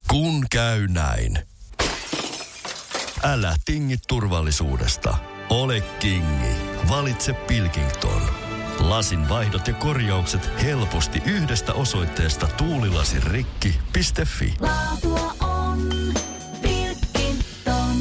Kun käy näin. Älä tingi turvallisuudesta. Ole kingi. Valitse Pilkington. Lasin vaihdot ja korjaukset helposti yhdestä osoitteesta tuulilasirikki.fi. Laatua on Pilkington.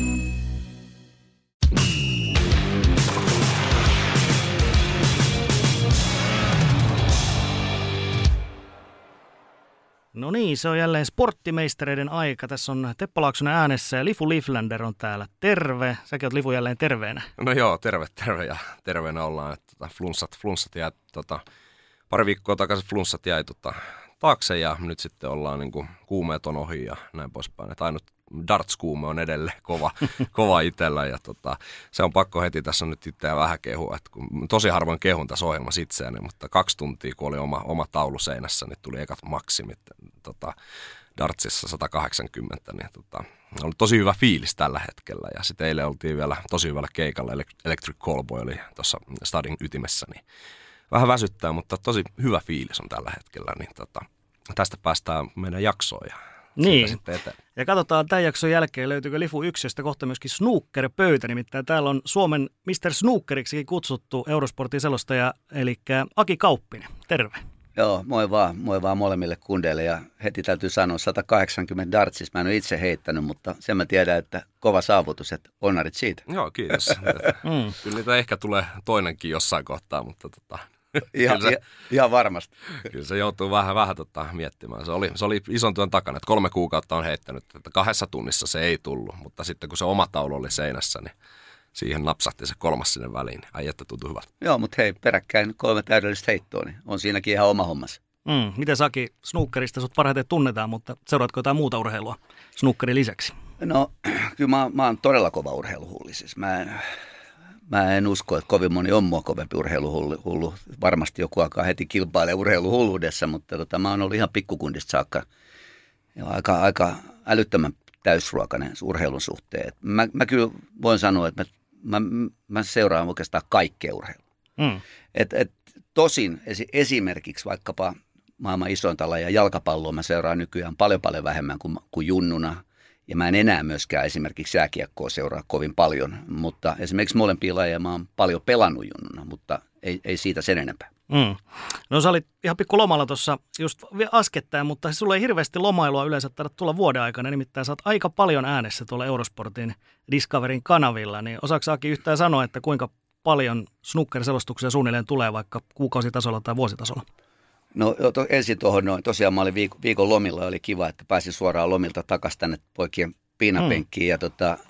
No niin, se on jälleen sporttimeistereiden aika. Tässä on Teppo Laaksonen äänessä ja Lifu Liflander on täällä. Terve. Säkin oot Lifu jälleen terveenä. No joo, terve ja terveenä ollaan. Että flunssat jäi, pari viikkoa takaisin flunssat jäi taakse ja nyt sitten ollaan niin kuin kuumeet on ohi ja näin poispäin. Että ainut darts-kuume on edelleen kova itsellä ja se on pakko heti tässä nyt itseään vähän kehua. Että kun tosi harvoin kehun tässä ohjelmassa itseäni, mutta 2 tuntia kun oli oma taulu seinässä, niin tuli ekat maksimit dartsissa 180, niin oli tosi hyvä fiilis tällä hetkellä ja sitten eilen oltiin vielä tosi hyvällä keikalla, Electric Callboy oli tuossa stadin ytimessä, niin vähän väsyttää, mutta tosi hyvä fiilis on tällä hetkellä, niin tästä päästään meidän jaksoon ja niin. Sitten eteen. Ja katsotaan tämän jakson jälkeen, löytyykö Lifu 1 kohta myöskin snooker-pöytä, nimittäin täällä on Suomen Mr. Snookeriksi kutsuttu Eurosportin selostaja, eli Aki Kauppinen. Terve. Joo, moi vaan molemmille kundeille ja heti täytyy sanoa 180 dartsis. Mä en ole itse heittänyt, mutta sen mä tiedän, että kova saavutus, että onnarit siitä. Joo, kiitos. Kyllä niitä ehkä tulee toinenkin jossain kohtaa, mutta ihan varmasti. Kyllä se joutuu vähän miettimään. Se oli ison työn takana, että 3 kuukautta on heittänyt, että 2 tunnissa se ei tullut, mutta sitten kun se oma taulu oli seinässä, niin siihen napsahti se 3 sinne väliin. Ai että tuntui hyvältä. Joo, mutta hei, peräkkäin 3 täydellistä heittoa, niin on siinäkin ihan oma hommassa. Miten Saki, snookerista sut parhaiten tunnetaan, mutta seuraatko jotain muuta urheilua snookerin lisäksi? No, kyllä mä oon todella kova urheiluhulli. Siis mä en usko, että kovin moni on mua kovempi urheiluhullu. Varmasti joku alkaa heti kilpailee urheiluhulluudessa, mutta mä oon ollut ihan pikkukundista saakka ja aika älyttömän täysruokainen urheilun suhteen. Mä kyllä voin sanoa, että mä seuraan oikeastaan kaikkea urheilua. Tosin esimerkiksi vaikkapa maailman isointa lajia jalkapalloa mä seuraan nykyään paljon vähemmän kuin junnuna. Ja mä en enää myöskään esimerkiksi jääkiekkoa seuraa kovin paljon, mutta esimerkiksi molempia lajeja mä oon paljon pelannut junnuna, mutta ei siitä sen enempää. No sä olit ihan pikku lomalla tuossa just äskettäin, mutta sulla ei hirveästi lomailua yleensä taida tulla vuoden aikana, nimittäin sä oot aika paljon äänessä tuolla Eurosportin Discoverin kanavilla, niin osaatko Aki yhtään sanoa, että kuinka paljon snooker-selostuksia suunnilleen tulee vaikka kuukausitasolla tai vuositasolla? No ensin tuohon noin. Tosiaan mä olin viikon lomilla ja oli kiva, että pääsin suoraan lomilta takaisin tänne poikien piinapenkkiin. Ja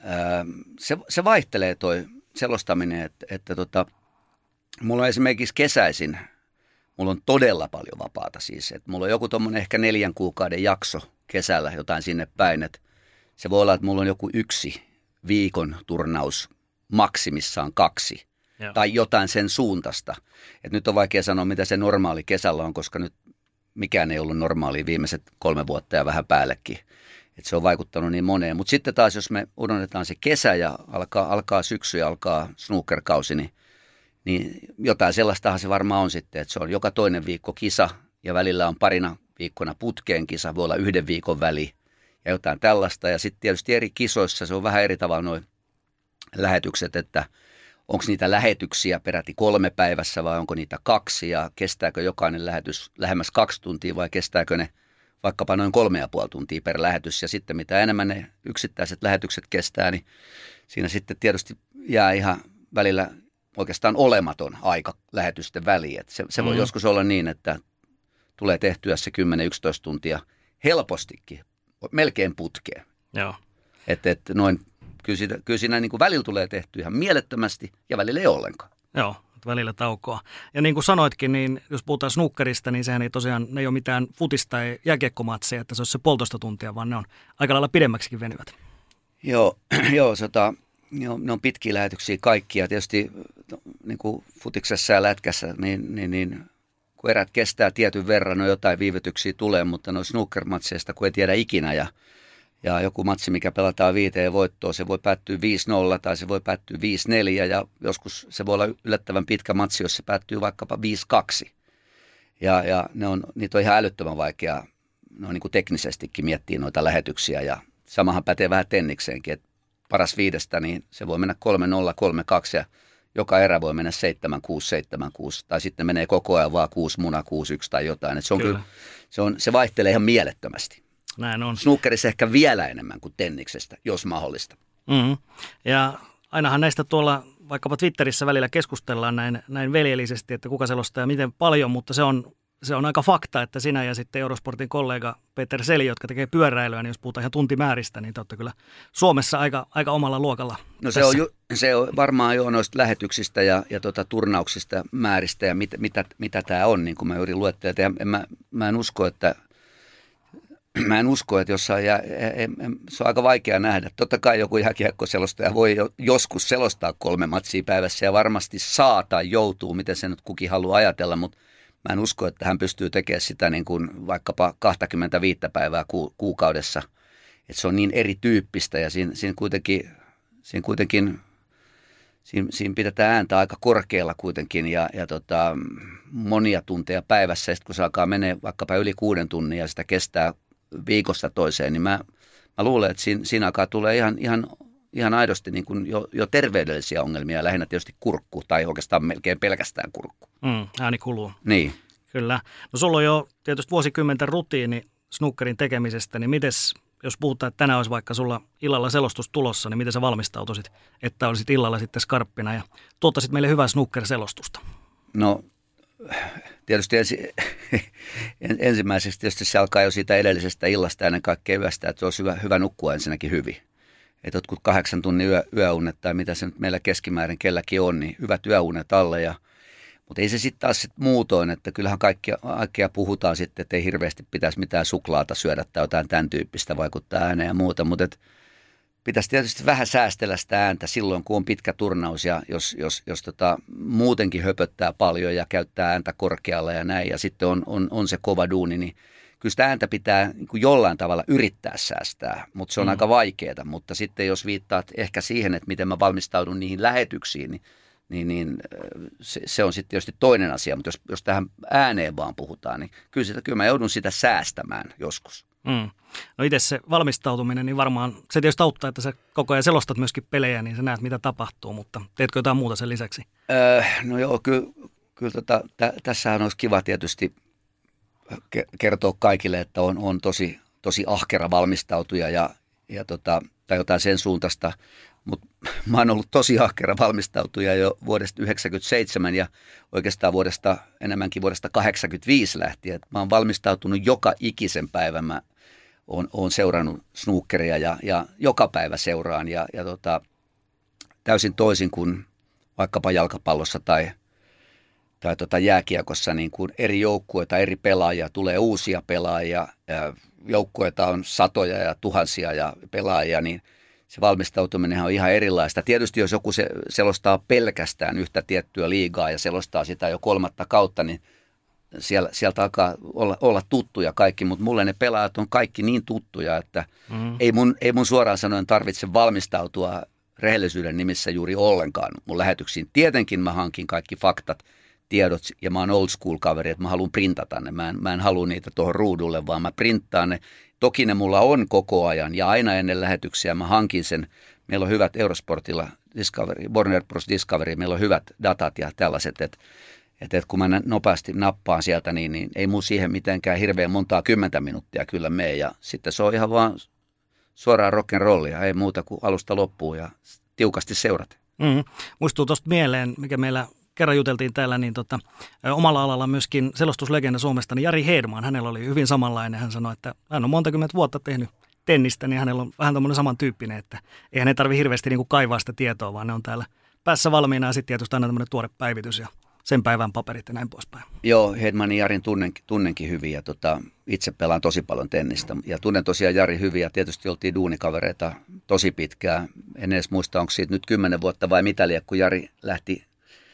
se vaihtelee toi selostaminen, että mulla on esimerkiksi kesäisin, mulla on todella paljon vapaata siis. Että mulla on joku tommonen ehkä 4 kuukauden jakso kesällä jotain sinne päin. Että se voi olla, että mulla on joku 1 viikon turnaus, maksimissaan 2. Joo. Tai jotain sen suuntaista. Et nyt on vaikea sanoa, mitä se normaali kesällä on, koska nyt mikään ei ollut normaalia viimeiset 3 vuotta ja vähän päällekin. Et se on vaikuttanut niin moneen. Mutta sitten taas, jos me unohdetaan se kesä ja alkaa syksy ja alkaa snookerkausi, niin jotain sellaistahan se varmaan on sitten. Että se on joka toinen viikko kisa ja välillä on parina viikkona putkeen kisa. Voi olla 1 viikon väli ja jotain tällaista. Ja sitten tietysti eri kisoissa se on vähän eri tavalla nuo lähetykset, että onko niitä lähetyksiä peräti 3 päivässä vai onko niitä 2 ja kestääkö jokainen lähetys lähemmäs 2 tuntia vai kestääkö ne vaikkapa noin 3,5 tuntia per lähetys. Ja sitten mitä enemmän ne yksittäiset lähetykset kestää, niin siinä sitten tietysti jää ihan välillä oikeastaan olematon aika lähetysten väliin. Et se voi joskus olla niin, että tulee tehtyä se 10-11 tuntia helpostikin, melkein putkeen. Joo. Että noin. Kyllä siinä niin kuin välillä tulee tehty ihan mielettömästi ja välillä ei ollenkaan. Joo, välillä taukoa. Ja niin kuin sanoitkin, niin jos puhutaan snookerista, niin sehän ei tosiaan, ne ei ole mitään futista tai jääkiekkomatseja, että se olisi se 1,5 tuntia, vaan ne on aika lailla pidemmäksikin venyvät. Joo, ne on pitkiä lähetyksiä kaikkia. Tietysti niin kuin futiksessa ja lätkässä, niin kun erät kestää tietyn verran, no jotain viivytyksiä tulee, mutta no snooker-matseista kun ei tiedä ikinä ja joku matsi, mikä pelataan 5 voittoa, se voi päättyä 5-0 tai se voi päättyä 5-4 ja joskus se voi olla yllättävän pitkä matsi, jos se päättyy vaikkapa 5-2. Ja niitä on ihan älyttömän vaikea no niin kuin teknisestikin miettii noita lähetyksiä ja samahan pätee vähän tennikseenkin, että paras 5, niin se voi mennä 3-0, 3-2 ja joka erä voi mennä 7-6, tai sitten menee koko ajan vaan 6 muna, 6-1 tai jotain. Se on kyllä se vaihtelee ihan mielettömästi. Näin on. Snookerissa ehkä vielä enemmän kuin tenniksestä, jos mahdollista. Mm-hmm. Ja ainahan näistä tuolla vaikkapa Twitterissä välillä keskustellaan näin veljellisesti, että kuka selostaa ja miten paljon, mutta se on aika fakta, että sinä ja sitten Eurosportin kollega Peter Seli, jotka tekee pyöräilyä, niin jos puhutaan ihan tuntimääristä, niin te olette kyllä Suomessa aika omalla luokalla. No se on varmaan jo noista lähetyksistä ja turnauksista määristä ja mitä tämä on, niin kuin mä juuri luettelin. Mä en usko, että jossain se on aika vaikea nähdä. Totta kai joku jääkiekkoselostaja voi joskus selostaa 3 matsia päivässä ja varmasti saa tai joutuu, miten se nyt kukin haluaa ajatella, mutta mä en usko, että hän pystyy tekemään sitä niin kuin vaikkapa 25 päivää kuukaudessa. Että se on niin erityyppistä ja siinä pidetään ääntä aika korkealla kuitenkin ja monia tunteja päivässä. Ja sitten kun se alkaa menee vaikkapa yli 6 tunnin ja sitä kestää viikosta toiseen, niin mä luulen, että siinä alkaa tulee ihan aidosti niin kuin jo terveydellisiä ongelmia, lähinnä tietysti kurkku tai oikeastaan melkein pelkästään kurkku. Ääni kuluu. Niin. Kyllä. No sulla on jo tietysti vuosikymmenten rutiini snookerin tekemisestä, niin mites, jos puhutaan, että tänään olisi vaikka sulla illalla selostus tulossa, niin miten sä valmistautuisit, että olisit illalla sitten skarppina ja tuottaisit meille hyvää snooker-selostusta? No tietysti ensimmäiseksi tietysti se alkaa jo siitä edellisestä illasta ennen kaikkea yöstä, että se olisi hyvä nukkua ensinnäkin hyvin. Että jotkut 8 tunnin yöunet tai mitä se nyt meillä keskimäärin kelläkin on, niin hyvät yöunet alle. Mutta ei se sitten taas muutoin, että kyllähän kaikkea puhutaan sitten, että ei hirveästi pitäisi mitään suklaata syödä tai jotain tämän tyyppistä vaikuttaa ääneen ja muuta. Mutta pitäisi tietysti vähän säästellä sitä ääntä silloin, kun on pitkä turnaus ja jos muutenkin höpöttää paljon ja käyttää ääntä korkealla ja näin ja sitten on se kova duuni, niin kyllä sitä ääntä pitää niin kuin jollain tavalla yrittää säästää, mutta se on aika vaikeaa. Mutta sitten jos viittaat ehkä siihen, että miten mä valmistaudun niihin lähetyksiin, niin se on sitten tietysti toinen asia. Mutta jos tähän ääneen vaan puhutaan, niin kyllä mä joudun sitä säästämään joskus. No itse se valmistautuminen, niin varmaan se tietysti auttaa, että sä koko ajan selostat myöskin pelejä, niin sä näet mitä tapahtuu, mutta teetkö jotain muuta sen lisäksi? No joo, kyllä tässähän olisi kiva tietysti kertoa kaikille, että on tosi ahkera valmistautuja tai jotain sen suuntaista, mutta mä oon ollut tosi ahkera valmistautuja jo vuodesta 1997 ja oikeastaan enemmänkin vuodesta 1985 lähtien. Mä oon valmistautunut joka ikisen päivän, mä oon seurannut snookeria ja joka päivä seuraan ja täysin toisin kuin vaikkapa jalkapallossa tai jääkiekossa, niin kuin eri joukkueita, eri pelaajia, tulee uusia pelaajia, joukkueita on satoja ja tuhansia ja pelaajia, niin se valmistautuminen on ihan erilaista. Tietysti jos joku selostaa pelkästään yhtä tiettyä liigaa ja selostaa sitä jo 3. kautta, niin sieltä alkaa olla tuttuja kaikki, mutta mulle ne pelaajat on kaikki niin tuttuja, että ei mun suoraan sanoen tarvitse valmistautua rehellisyyden nimissä juuri ollenkaan mun lähetyksiin. Tietenkin mä hankin kaikki faktat, tiedot ja mä oon old school kaveri, että mä haluan printata ne. Mä en halua niitä tuohon ruudulle, vaan mä printtaan ne. Toki ne mulla on koko ajan ja aina ennen lähetyksiä mä hankin sen. Meillä on hyvät Eurosportilla Warner Bros. Discovery, meillä on hyvät datat ja tällaiset, että kun mä nopeasti nappaan sieltä, niin ei mun siihen mitenkään hirveän montaa 10 minuuttia kyllä mene. Ja sitten se on ihan vaan suoraan rock'n'rollia, ei muuta kuin alusta loppuun ja tiukasti seurata. Muistuu tuosta mieleen, mikä meillä kerran juteltiin täällä, niin omalla alalla myöskin selostuslegenda Suomesta, niin Jari Hedman, hänellä oli hyvin samanlainen. Hän sanoi, että hän on monta kymmentä vuotta tehnyt tennistä, niin hänellä on vähän tämmöinen samantyyppinen, että eihän ne tarvitse hirveästi niin kuin kaivaa sitä tietoa, vaan ne on täällä päässä valmiina ja sitten tietysti aina tämmöinen tuore päivitys ja sen päivän paperit ja näin poispäin. Joo, Hedmanin Jarin tunnenkin hyvin ja itse pelaan tosi paljon tennistä ja tunnen tosiaan Jari hyvin ja tietysti oltiin duunikavereita tosi pitkään. En edes muista, onko siitä nyt 10 vuotta vai mitä liian, kun Jari lähti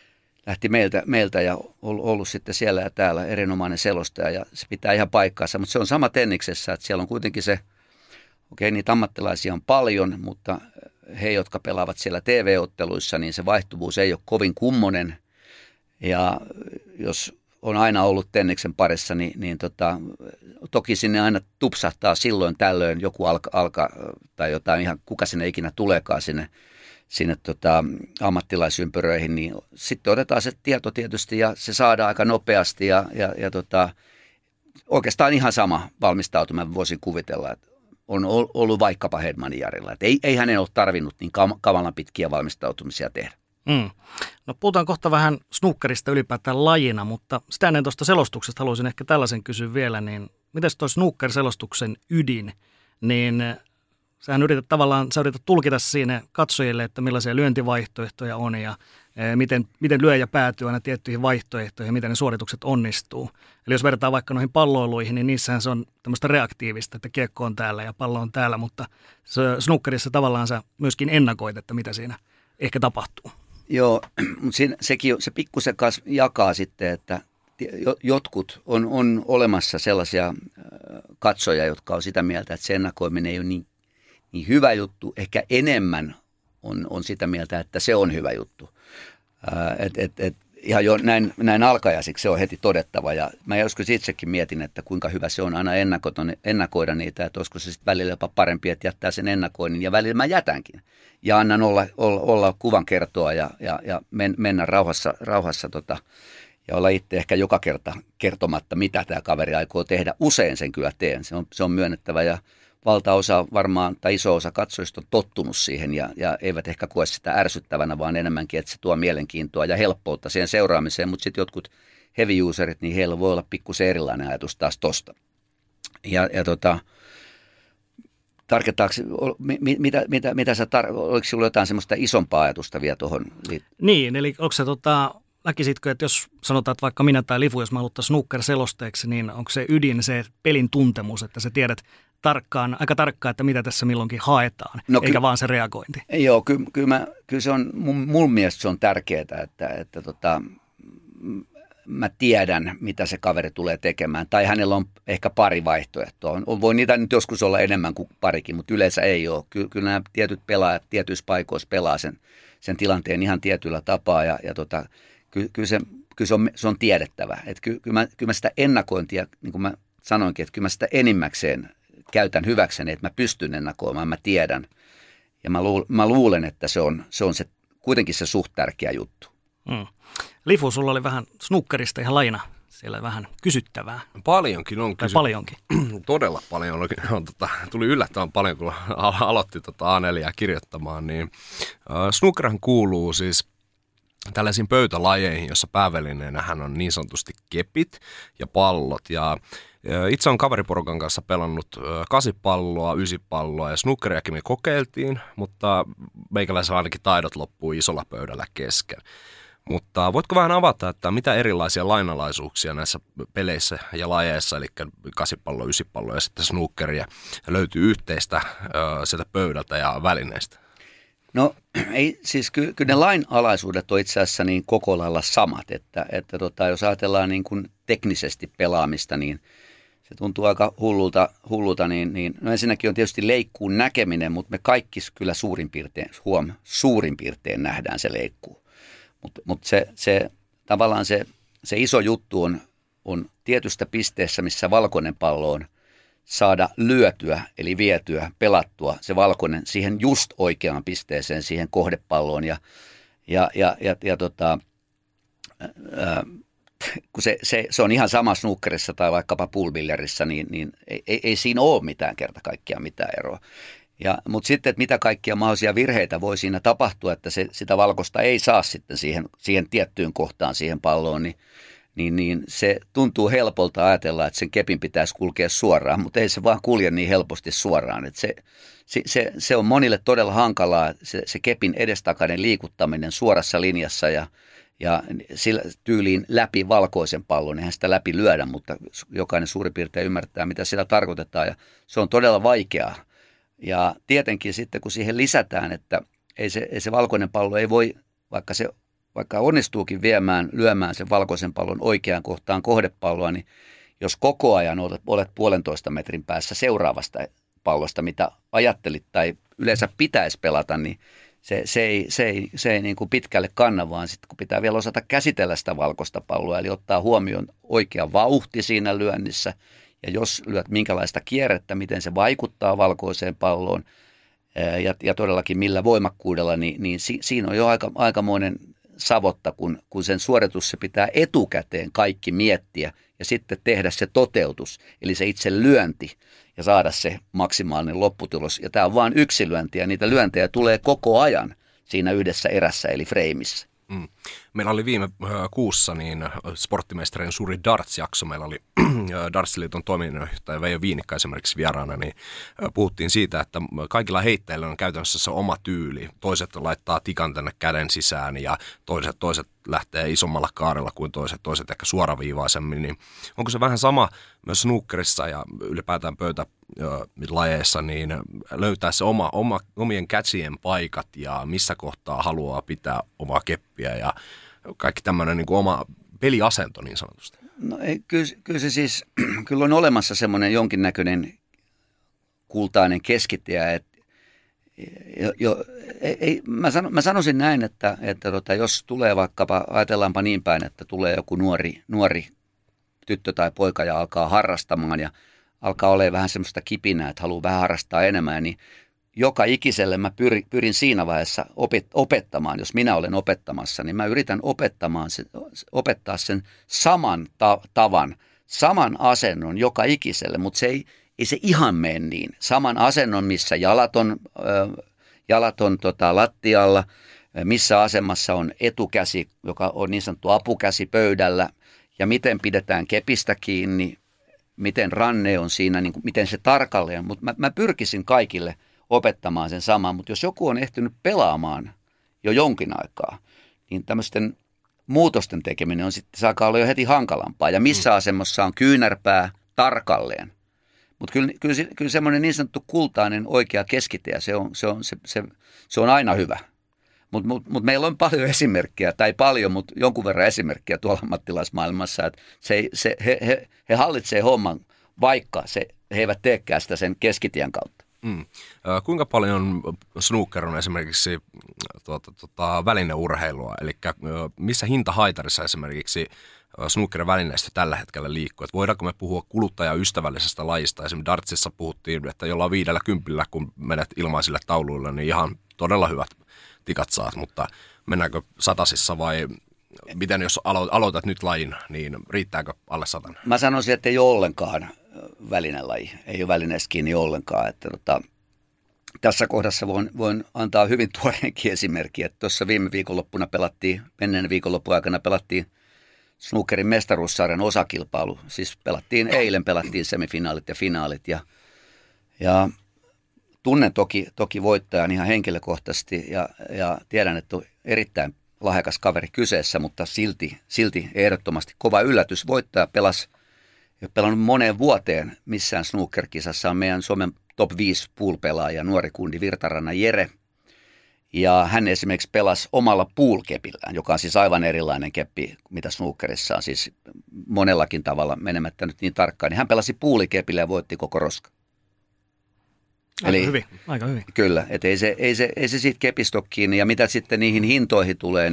meiltä ja ollut sitten siellä ja täällä erinomainen selostaja ja se pitää ihan paikkaansa, mutta se on sama tenniksessä, että siellä on kuitenkin se, niitä ammattilaisia on paljon, mutta he, jotka pelaavat siellä TV-otteluissa, niin se vaihtuvuus ei ole kovin kummonen ja jos on aina ollut tenniksen parissa, niin toki sinne aina tupsahtaa silloin tällöin joku alka tai jotain ihan, kuka sinne ikinä tuleekaan sinne ammattilaisympyröihin, niin sitten otetaan se tieto tietysti ja se saadaan aika nopeasti ja oikeastaan ihan sama valmistautuminen voisin kuvitella, että on ollut vaikkapa Hedmanin Jarilla. Että ei hänen ole tarvinnut niin kamalan pitkiä valmistautumisia tehdä. No puhutaan kohta vähän snookerista ylipäätään lajina, mutta sitä ennen tuosta selostuksesta haluaisin ehkä tällaisen kysyä vielä, niin mites tuo snooker-selostuksen ydin, niin sä yrität tulkita siinä katsojille, että millaisia lyöntivaihtoehtoja on ja miten lyöjä päätyy aina tiettyihin vaihtoehtoihin ja miten ne suoritukset onnistuu. Eli jos vertaa vaikka noihin palloiluihin, niin niissähän se on tämmöistä reaktiivista, että kiekko on täällä ja pallo on täällä, mutta snookerissa tavallaan sä myöskin ennakoit, että mitä siinä ehkä tapahtuu. Joo, mutta se pikkusen jakaa sitten, että jotkut on olemassa sellaisia katsoja, jotka on sitä mieltä, että se ennakoiminen ei ole niin hyvä juttu. Ehkä enemmän on sitä mieltä, että se on hyvä juttu. Ihan jo näin alkajaisiksi se on heti todettava. Ja mä joskus itsekin mietin, että kuinka hyvä se on aina ennakoida niitä, että olisiko se sitten välillä jopa parempi, että jättää sen ennakoinnin. Ja välillä mä jätänkin. Ja annan olla kuvan kertoa ja mennä rauhassa ja olla itse ehkä joka kerta kertomatta, mitä tämä kaveri aikoo tehdä. Usein sen kyllä teen, se on myönnettävä ja valtaosa varmaan tai iso osa katsojista on tottunut siihen ja eivät ehkä koe sitä ärsyttävänä, vaan enemmänkin, että se tuo mielenkiintoa ja helppoutta siihen seuraamiseen. Mutta sitten jotkut heavy userit, niin heillä voi olla pikkusen erilainen ajatus taas tosta. Tarkoittaako, mitä oliko sinulla jotain semmoista isompaa ajatusta vielä tuohon? Niin, eli onko se näkisitkö, että jos sanotaan, että vaikka minä tai Lifu, jos mä haluttaisiin snooker-selosteeksi, niin onko se ydin se pelin tuntemus, että sä tiedät aika tarkkaan, että mitä tässä milloinkin haetaan, eikä vaan se reagointi? Joo, kyllä se on, mun mielestä se on tärkeää, että mä tiedän, mitä se kaveri tulee tekemään, tai hänellä on ehkä pari vaihtoehtoa. Voi niitä nyt joskus olla enemmän kuin parikin, mutta yleensä ei ole. Kyllä nämä tietyt pelaajat tietyissä paikoissa pelaa sen tilanteen ihan tietyllä tapaa, kyllä se on tiedettävä. Kyllä mä sitä ennakointia, niin kuin mä sanoinkin, että kyllä mä sitä enimmäkseen käytän hyväkseni, että mä pystyn ennakoimaan, mä tiedän. Ja mä luulen, että se on se, kuitenkin se suht tärkeä juttu. Lifu, sulla oli vähän snookerista ihan lajina siellä vähän kysyttävää. Paljonkin on kysyttävää. Paljonkin. Todella paljon. Tuli yllättävän paljon, kun aloitti A4 kirjoittamaan. Niin, snookerhan kuuluu siis tällaisiin pöytälajeihin, jossa päävälineenähän on niin sanotusti kepit ja pallot. Ja itse olen kaveriporukan kanssa pelannut 8 palloa, 9 palloa ja snookeriakin me kokeiltiin, mutta meikäläisellä ainakin taidot loppuu isolla pöydällä kesken. Mutta voitko vähän avata, että mitä erilaisia lainalaisuuksia näissä peleissä ja lajeissa, eli 8 palloa, 9 palloa ja sitten snookeria, löytyy yhteistä sieltä pöydältä ja välineistä? No ei, siis kyllä ne lainalaisuudet on itse asiassa niin koko lailla samat, että jos ajatellaan niin kuin teknisesti pelaamista, niin se tuntuu aika hullulta niin no ensinnäkin on tietysti leikkuun näkeminen, mutta me kaikki kyllä suurin piirtein nähdään se leikkuu. Mutta se tavallaan se iso juttu on tietystä pisteessä, missä valkoinen pallo on, saada lyötyä, eli vietyä, pelattua se valkoinen siihen just oikeaan pisteeseen, siihen kohdepalloon. Kun se on ihan sama snookerissa tai vaikkapa poolbillarissa, niin ei siinä ole mitään kerta kaikkiaan mitään eroa. Mutta sitten, että mitä kaikkia mahdollisia virheitä voi siinä tapahtua, että sitä valkoista ei saa sitten siihen tiettyyn kohtaan siihen palloon, niin se tuntuu helpolta ajatella, että sen kepin pitäisi kulkea suoraan, mutta ei se vaan kulje niin helposti suoraan. Että se on monille todella hankalaa, se kepin edestakainen liikuttaminen suorassa linjassa ja sillä tyyliin läpi valkoisen pallon, eihän sitä läpi lyödä, mutta jokainen suurin piirtein ymmärtää, mitä sillä tarkoitetaan ja se on todella vaikeaa. Ja tietenkin sitten, kun siihen lisätään, että ei se valkoinen pallo ei voi, vaikka onnistuukin lyömään sen valkoisen pallon oikeaan kohtaan kohdepalloa, niin jos koko ajan olet 1,5 metrin päässä seuraavasta pallosta, mitä ajattelit tai yleensä pitäisi pelata, niin se ei niin kuin pitkälle kanna, vaan sitten kun pitää vielä osata käsitellä sitä valkoista palloa, eli ottaa huomioon oikea vauhti siinä lyönnissä, ja jos lyöt minkälaista kierrettä, miten se vaikuttaa valkoiseen palloon, ja todellakin millä voimakkuudella, niin siinä on jo aikamoinen savotta, kun sen suoritus se pitää etukäteen kaikki miettiä ja sitten tehdä se toteutus, eli se itse lyönti ja saada se maksimaalinen lopputulos. Ja tämä on vain yksi lyönti ja niitä lyöntejä tulee koko ajan siinä yhdessä erässä eli freimissä. Meillä oli viime kuussa niin sporttimestarin suuri darts-jakso. Meillä oli Dartsiliiton toiminnanjohtaja Veijo Viinikka esimerkiksi vieraana, niin puhuttiin siitä, että kaikilla heittäjillä on käytännössä se oma tyyli. Toiset laittaa tikan tänne käden sisään ja toiset lähtee isommalla kaarella kuin toiset ehkä suoraviivaisemmin. Niin onko se vähän sama myös snookerissa ja ylipäätään pöytälajeissa, niin löytää se omien käsien paikat ja missä kohtaa haluaa pitää omaa keppiä ja kaikki tämmöinen niin kuin oma peliasento niin sanotusti? No kyllä se siis, kyllä on olemassa semmoinen jonkinnäköinen kultainen keskitie, että mä sanoisin näin, että jos tulee vaikkapa, ajatellaanpa niin päin, että tulee joku nuori tyttö tai poika ja alkaa harrastamaan ja alkaa olemaan vähän semmoista kipinää, että haluaa vähän harrastaa enemmän, niin joka ikiselle mä pyrin siinä vaiheessa opettamaan, jos minä olen opettamassa, niin mä yritän opettaa sen saman tavan, saman asennon joka ikiselle, mutta ei se ihan mene niin. Saman asennon, missä jalat on lattialla, missä asemassa on etukäsi, joka on niin sanottu apukäsi pöydällä, ja miten pidetään kepistä kiinni, miten ranne on siinä, niin kuin, miten se tarkalleen, mutta mä pyrkisin kaikille opettamaan sen saman, mutta jos joku on ehtinyt pelaamaan jo jonkin aikaa, niin tämmöisten muutosten tekeminen on sitten saattaa olla jo heti hankalampaa. Ja missä asemassa on kyynärpää tarkalleen. Mutta kyllä semmoinen niin sanottu kultainen oikea keskitie, se on aina hyvä. Mutta meillä on paljon esimerkkejä, tai paljon, mutta jonkun verran esimerkkejä tuolla ammattilaismaailmassa, että he hallitsee homman, vaikka he eivät teekään sitä sen keskitien kautta. Kuinka paljon snooker on esimerkiksi välineurheilua, eli missä hintahaitarissa esimerkiksi snookerin välineistä tällä hetkellä liikkuu? Että voidaanko me puhua kuluttajaystävällisestä lajista? Esimerkiksi dartsissa puhuttiin, että jollain 50 kun menet ilmaisille tauluille, niin ihan todella hyvät tikat saat, mutta mennäänkö satasissa vai miten jos aloitat nyt lajin, niin riittääkö alle 100? Mä sanoisin, että ei ole ollenkaan välinelaji, ei ole välineestä kiinni ollenkaan. Että tässä kohdassa voin antaa hyvin tuoreenkin esimerkki, että tuossa menneen viikonlopun aikana pelattiin snookerin mestaruussarjan osakilpailu. Siis eilen pelattiin semifinaalit ja finaalit ja tunnen toki voittajan ihan henkilökohtaisesti ja tiedän, että on erittäin lahjakas kaveri kyseessä, mutta silti ehdottomasti kova yllätys. Voittaja ei ole pelannut moneen vuoteen missään snooker-kisassa, on meidän Suomen top 5 pool-pelaaja, nuori kundi Virtarannan Jere. Ja hän esimerkiksi pelasi omalla pool-kepillään, joka on siis aivan erilainen keppi, mitä snookerissa on, siis monellakin tavalla menemättä nyt niin tarkkaan. Niin hän pelasi poolikepillä ja voitti koko roska. Aika hyvin. Kyllä, että ei se siitä kepistä ole kiinni. Ja mitä sitten niihin hintoihin tulee,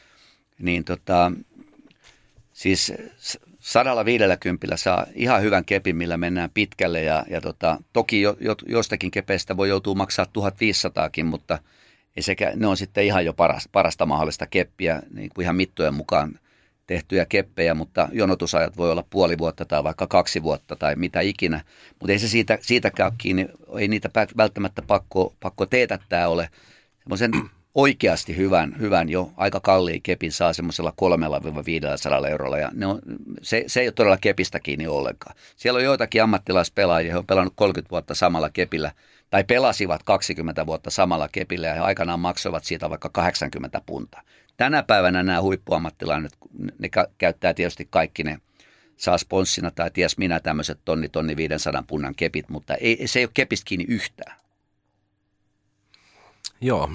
siis 150 saa ihan hyvän kepin, millä mennään pitkälle. Ja toki jostakin kepeistä voi joutua maksaa 1500kin, mutta ne on sitten ihan jo parasta mahdollista keppiä, niin kuin ihan mittojen mukaan tehtyjä keppejä, mutta jonotusajat voi olla puoli vuotta tai vaikka 2 vuotta tai mitä ikinä. Mutta ei se siitäkään ole kiinni, ei niitä välttämättä pakko teetättää ole. Semmoisen oikeasti hyvän jo aika kalliin kepin saa semmoisella 300–500 eurolla ja se ei ole todella kepistä kiinni ollenkaan. Siellä on joitakin ammattilaispelaajia, he on pelannut 30 vuotta samalla kepillä tai pelasivat 20 vuotta samalla kepillä ja he aikanaan maksoivat siitä vaikka 80 puntaa. Tänä päivänä nämä huippuammattilaiset, ne käyttää tietysti kaikki ne, saa sponssina tai ties minä tämmöiset 1,500 punnan kepit, mutta se ei ole kepistä kiinni yhtään. Joo,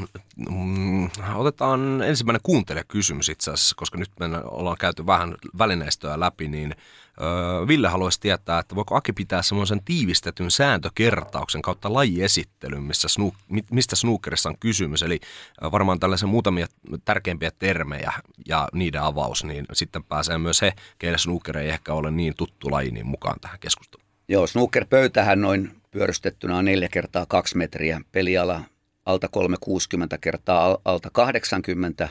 otetaan ensimmäinen kuuntelijakysymys itse asiassa, koska nyt me ollaan käyty vähän välineistöä läpi, niin Ville haluaisi tietää, että voiko Aki pitää semmoisen tiivistetyn sääntökertauksen kautta lajiesittelyn, mistä snookerissa on kysymys, eli varmaan tällaisia muutamia tärkeimpiä termejä ja niiden avaus, niin sitten pääsee myös he, keille snooker ei ehkä ole niin tuttu laji, niin mukaan tähän keskusteluun. Joo, snooker-pöytähän noin pyörystettynä on 4 × 2 metriä, peliala alta 360 kertaa alta 80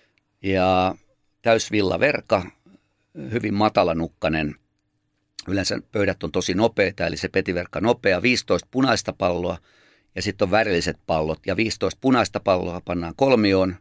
ja täysvillaverka, hyvin matalanukkainen. Yleensä pöydät on tosi nopeita, eli se petiverkka nopea, 15 punaista palloa ja sitten on värilliset pallot ja 15 punaista palloa pannaan kolmioon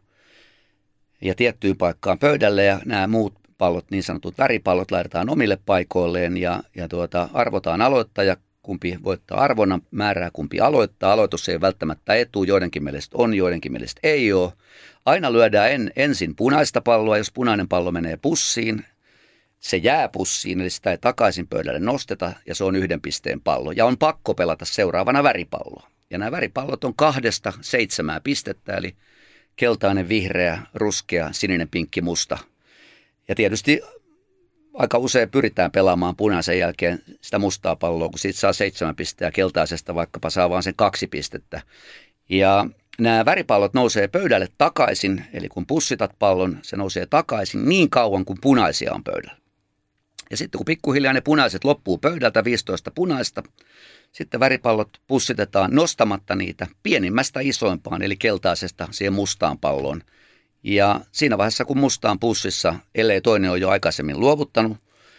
ja tiettyyn paikkaan pöydälle ja nämä muut pallot, niin sanotut väripallot, laitetaan omille paikoilleen ja arvotaan aloittaja. Kumpi voittaa arvonnan, määrää kumpi aloittaa. Aloitus ei välttämättä etu, joidenkin mielestä on, joidenkin mielestä ei ole. Aina lyödään ensin punaista palloa, jos punainen pallo menee pussiin. Se jää pussiin, eli sitä ei takaisin pöydälle nosteta, ja se on 1 pisteen pallo. Ja on pakko pelata seuraavana väripalloa. Ja nämä väripallot on 2-7 pistettä, eli keltainen, vihreä, ruskea, sininen, pinkki, musta. Ja tietysti aika usein pyritään pelaamaan punaisen jälkeen sitä mustaa palloa, kun siitä saa 7 pistettä ja keltaisesta vaikkapa saa vaan sen 2 pistettä. Ja nämä väripallot nousee pöydälle takaisin, eli kun pussitat pallon, se nousee takaisin niin kauan kuin punaisia on pöydällä. Ja sitten kun pikkuhiljaa ne punaiset loppuu pöydältä, 15 punaista, sitten väripallot pussitetaan nostamatta niitä pienimmästä isoimpaan, eli keltaisesta siihen mustaan palloon. Ja siinä vaiheessa, kun musta on pussissa, ellei toinen ole jo aikaisemmin luovuttanut,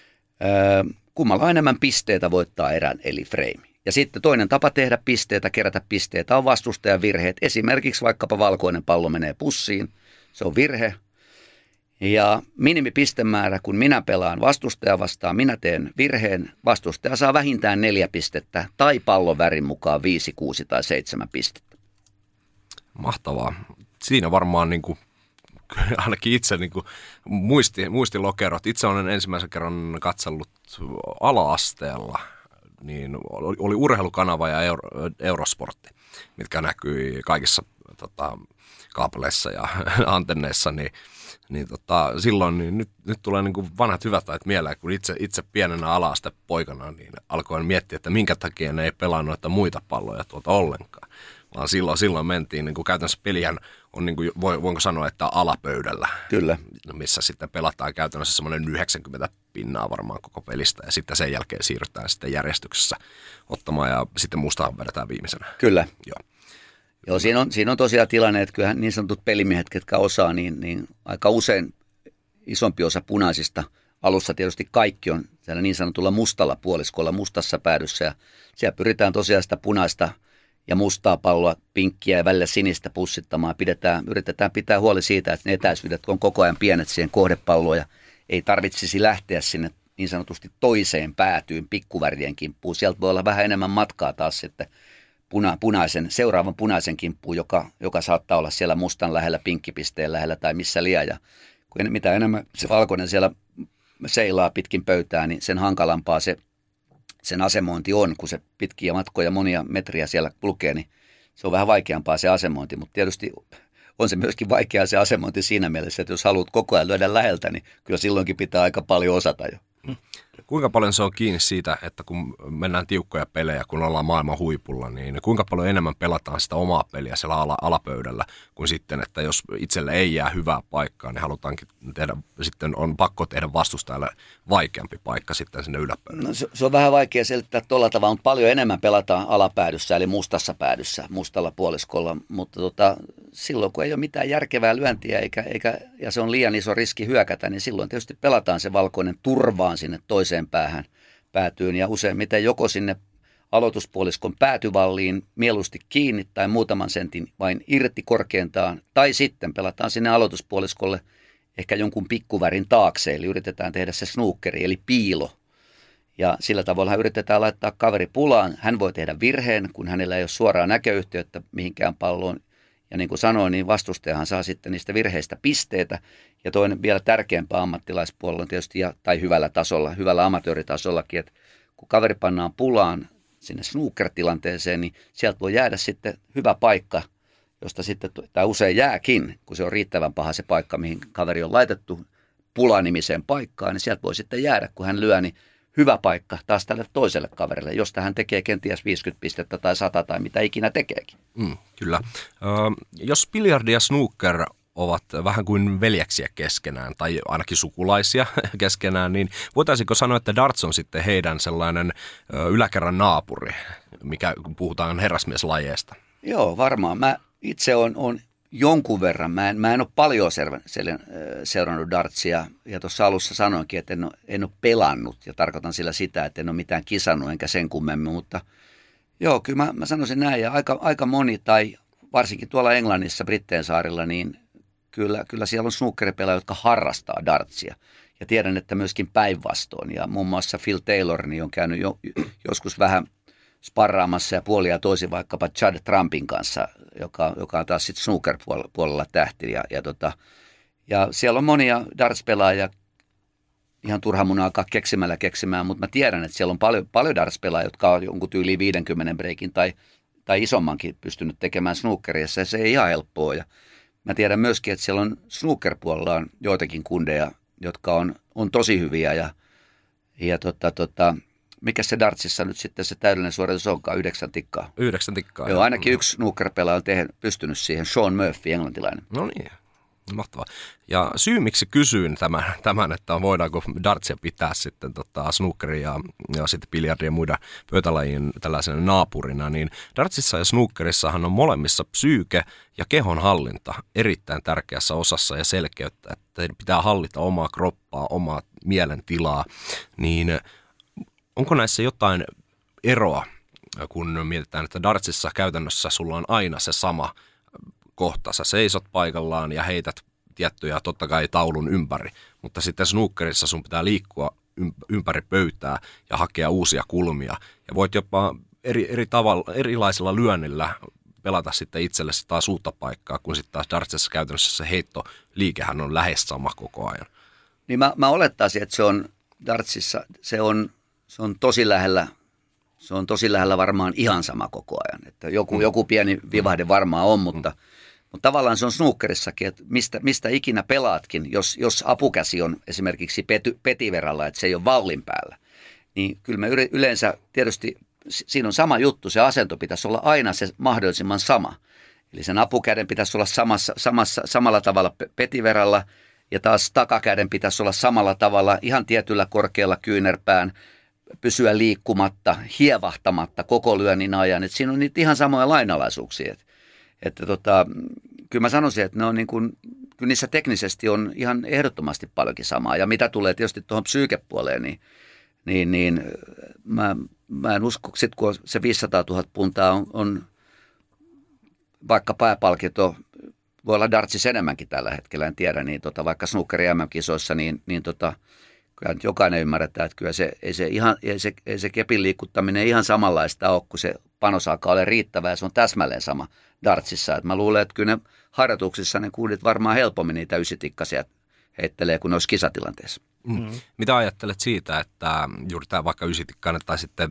kummalla enemmän pisteitä voittaa erän, eli frame. Ja sitten toinen tapa tehdä pisteitä, kerätä pisteitä on vastustajan virheet. Esimerkiksi vaikkapa valkoinen pallo menee pussiin, se on virhe. Ja minimipistemäärä, kun minä pelaan vastustaja vastaan, minä teen virheen, vastustaja saa vähintään 4 pistettä tai pallon värin mukaan 5, 6 tai 7 pistettä. Mahtavaa. Siinä varmaan ainakin itse muistilokerot. Itse olen ensimmäisen kerran katsellut ala-asteella, niin oli urheilukanava ja Eurosportti, mitkä näkyi kaikissa kaapeleissa ja antenneissa, silloin niin nyt tulee vanhat hyvät ajat mieleen, kun itse pienenä ala-astepoikana niin alkoin miettiä, että minkä takia ne ei pelaa noita muita palloja ollenkaan. Vaan silloin mentiin, käytännössä pelihän on, voinko sanoa, että alapöydällä. Kyllä. Missä sitten pelataan käytännössä semmoinen 90 pinnaa varmaan koko pelistä. Ja sitten sen jälkeen siirrytään sitten järjestyksessä ottamaan ja sitten mustaan vedetään viimeisenä. Kyllä. Joo, siinä on tosiaan tilanne, että kyllähän niin sanotut pelimiehet, ketkä osaa, niin aika usein isompi osa punaisista, alussa tietysti kaikki on siellä niin sanotulla mustalla puoliskolla, mustassa päädyssä. Ja siellä pyritään tosiaan sitä punaista ja mustaa palloa, pinkkiä ja välillä sinistä pussittamaan. Yritetään pitää huoli siitä, että ne etäisyydet on koko ajan pienet siihen kohdepalloon ja ei tarvitsisi lähteä sinne niin sanotusti toiseen päätyyn pikkuvärien kimppuun. Sieltä voi olla vähän enemmän matkaa taas sitten seuraavan punaisen kimppuun, joka saattaa olla siellä mustan lähellä, pinkkipisteen lähellä tai missä liian. Ja mitä enemmän se valkoinen siellä seilaa pitkin pöytää, niin sen hankalampaa sen asemointi on, kun se pitkiä matkoja monia metriä siellä kulkee, niin se on vähän vaikeampaa se asemointi, mutta tietysti on se myöskin vaikeaa se asemointi siinä mielessä, että jos haluat koko ajan lyödä läheltä, niin kyllä silloinkin pitää aika paljon osata jo. Kuinka paljon se on kiinni siitä, että kun mennään tiukkoja pelejä, kun ollaan maailman huipulla, niin kuinka paljon enemmän pelataan sitä omaa peliä siellä alapöydällä, kuin sitten, että jos itselle ei jää hyvää paikkaa, niin halutaankin tehdä, sitten on pakko tehdä vastustajalle vaikeampi paikka sitten sinne yläpöydälle. No, se on vähän vaikea selittää tuolla tavalla, mutta paljon enemmän pelataan alapäädyssä, eli mustassa päädyssä, mustalla puoliskolla, mutta silloin kun ei ole mitään järkevää lyöntiä ja se on liian iso riski hyökätä, niin silloin tietysti pelataan se valkoinen turvaan sinne toiseen päätyyn ja useimmiten joko sinne aloituspuoliskon päätyvalliin mieluusti kiinni tai muutaman sentin vain irti korkeintaan tai sitten pelataan sinne aloituspuoliskolle ehkä jonkun pikkuvärin taakse, eli yritetään tehdä se snookeri eli piilo. Ja sillä tavalla yritetään laittaa kaveri pulaan. Hän voi tehdä virheen, kun hänellä ei ole suoraa näköyhteyttä mihinkään palloon. Ja niin kuin sanoin, niin vastustajahan saa sitten niistä virheistä pisteitä. Ja toinen vielä tärkeämpää ammattilaispuolella on tietysti, tai hyvällä tasolla, hyvällä amatööritasollakin, että kun kaveri pannaan pulaan sinne snooker-tilanteeseen, niin sieltä voi jäädä sitten hyvä paikka, josta sitten, tai usein jääkin, kun se on riittävän paha se paikka, mihin kaveri on laitettu Pula-nimiseen paikkaan, niin sieltä voi sitten jäädä, kun hän lyö, niin hyvä paikka taas tälle toiselle kaverille, josta hän tekee kenties 50 pistettä tai 100 tai mitä ikinä tekeekin. Kyllä. Jos biljardi ja snooker ovat vähän kuin veljeksiä keskenään tai ainakin sukulaisia keskenään, niin voitaisiinko sanoa, että darts on sitten heidän sellainen yläkerran naapuri, mikä kun puhutaan herrasmieslajeista? Joo, varmaan. Mä itse on jonkun verran, mä en ole paljon seurannut dartsia, ja tuossa alussa sanoinkin, että en ole pelannut, ja tarkoitan sillä sitä, että en ole mitään kisannut, enkä sen kummemmin, mutta joo, kyllä mä sanoisin näin, ja aika moni, tai varsinkin tuolla Englannissa, Britteen saarilla, niin kyllä siellä on snookeripelaajia, jotka harrastaa dartsia, ja tiedän, että myöskin päinvastoin, ja muun muassa Phil Taylor niin on käynyt joskus vähän sparraamassa ja puolia toisin vaikkapa Chad Trumpin kanssa, joka on taas sitten snooker-puolella tähti. Ja siellä on monia darts-pelaajia, ihan turha mun alkaa keksimään, mutta mä tiedän, että siellä on paljon darts-pelaajia, jotka on jonkun tyyliin 50 breikin tai isommankin pystynyt tekemään snookerissa, ja se ei ihan helppoa. Ja mä tiedän myöskin, että siellä on snooker-puolella on joitakin kundeja, jotka on tosi hyviä, ja mikä se dartsissa nyt sitten se täydellinen suoritus onkaan? 9 tikkaa. 9 tikkaa. Joo, ainakin yksi snooker-pelaaja on pystynyt siihen. Sean Murphy, englantilainen. No niin, mahtavaa. Ja syy, miksi kysyin tämän, että voidaanko dartsia pitää sitten snookerin ja sitten biljardin ja muiden pöytälajien tällaisena naapurina, niin dartsissa ja snookerissahan on molemmissa psyyke ja kehonhallinta erittäin tärkeässä osassa ja selkeyttä, että pitää hallita omaa kroppaa, omaa mielentilaa, niin onko näissä jotain eroa, kun mietitään, että dartsissa käytännössä sulla on aina se sama kohta. Sä seisot paikallaan ja heität tiettyjä totta kai taulun ympäri, mutta sitten snookerissa sun pitää liikkua ympäri pöytää ja hakea uusia kulmia. Ja voit jopa erilaisilla lyönnillä pelata sitten itsellesi taas uutta paikkaa, kun sitten taas dartsissa käytännössä se heittoliikehän on lähes sama koko ajan. Niin mä olettaisin, että se on dartsissa, se on tosi lähellä. Se on tosi lähellä varmaan ihan sama koko ajan. Että joku pieni vivahde varmaan on, mutta tavallaan se on snookerissakin, että mistä ikinä pelaatkin, jos apukäsi on esimerkiksi petiveralla, että se ei ole vallin päällä, niin kyllä me yleensä tietysti, siinä on sama juttu, se asento pitäisi olla aina se mahdollisimman sama. Eli sen apukäden pitäisi olla samalla tavalla petiveralla ja taas takakäden pitäisi olla samalla tavalla ihan tietyllä korkealla kyynärpään, pysyä liikkumatta, hievahtamatta koko lyönnin ajan. Et siinä on niitä ihan samoja lainalaisuuksia. Kyllä mä sanoisin, että ne on niin kuin, kyllä niissä teknisesti on ihan ehdottomasti paljonkin samaa. Ja mitä tulee tietysti tuohon psyykepuoleen, niin mä en usko, sit kun se 500 000 puntaa on vaikka pääpalkinto, voi olla dartsissa enemmänkin tällä hetkellä, en tiedä, niin vaikka snookeri MM-kisoissa, niin kyllä nyt jokainen ymmärretään, että kyllä ei se kepin liikuttaminen ihan samanlaista ole, kun se panos alkaa olla riittävää ja se on täsmälleen sama dartsissa. Et mä luulen, että kyllä ne harjoituksissa ne kuulit varmaan helpommin niitä ysitikkasia heittelee, kun ne olisi kisatilanteessa. Mitä ajattelet siitä, että juuri tämä vaikka ysitikkainen tai sitten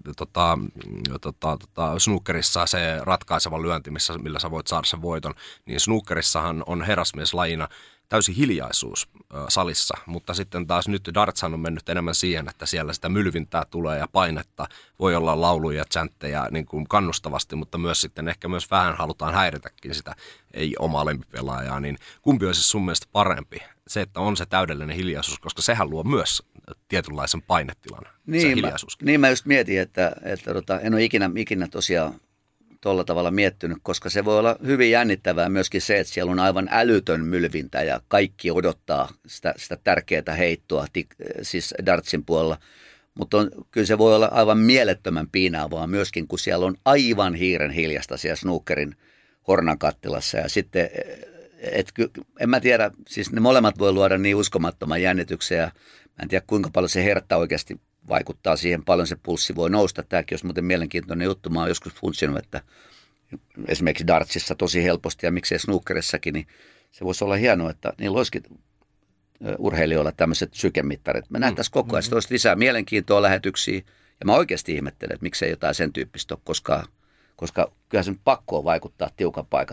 snookerissa se ratkaiseva lyönti, millä sä voit saada sen voiton, niin snookerissahan on herrasmieslajina täysi hiljaisuus salissa, mutta sitten taas nyt dartshan on mennyt enemmän siihen, että siellä sitä mylvintää tulee ja painetta, voi olla lauluja ja chanttejä niin kuin kannustavasti, mutta myös sitten ehkä myös vähän halutaan häiritäkin sitä ei omaa lempipelaajaa, niin kumpi olisi sun mielestä parempi? Se, että on se täydellinen hiljaisuus, koska sehän luo myös tietynlaisen painetilan, se hiljaisuuskin. Niin mä just mietin, että en ole ikinä tosiaan tuolla tavalla miettinyt, koska se voi olla hyvin jännittävää myöskin se, että siellä on aivan älytön mylvintä ja kaikki odottaa sitä tärkeää heittoa, siis dartsin puolella. Mutta kyllä se voi olla aivan mielettömän piinaavaa myöskin, kun siellä on aivan hiiren hiljasta siellä snookerin hornan kattilassa. Ja sitten, en mä tiedä, siis ne molemmat voi luoda niin uskomattoman jännityksen ja mä en tiedä kuinka paljon se hertta oikeasti vaikuttaa siihen, paljon se pulssi voi nousta. Tämäkin olisi muuten mielenkiintoinen juttu. Mä oon joskus funtsinut, että esimerkiksi dartsissa tosi helposti ja miksei snookerissakin, niin se voisi olla hienoa, että niillä olisikin urheilijoilla tämmöiset sykemittarit. Me nähtäisiin koko ajan, se olisi lisää mielenkiintoa lähetyksiä ja mä oikeasti ihmettelen, että miksei jotain sen tyyppistä ole, koska kyllähän se nyt pakko on vaikuttaa tiukan paikan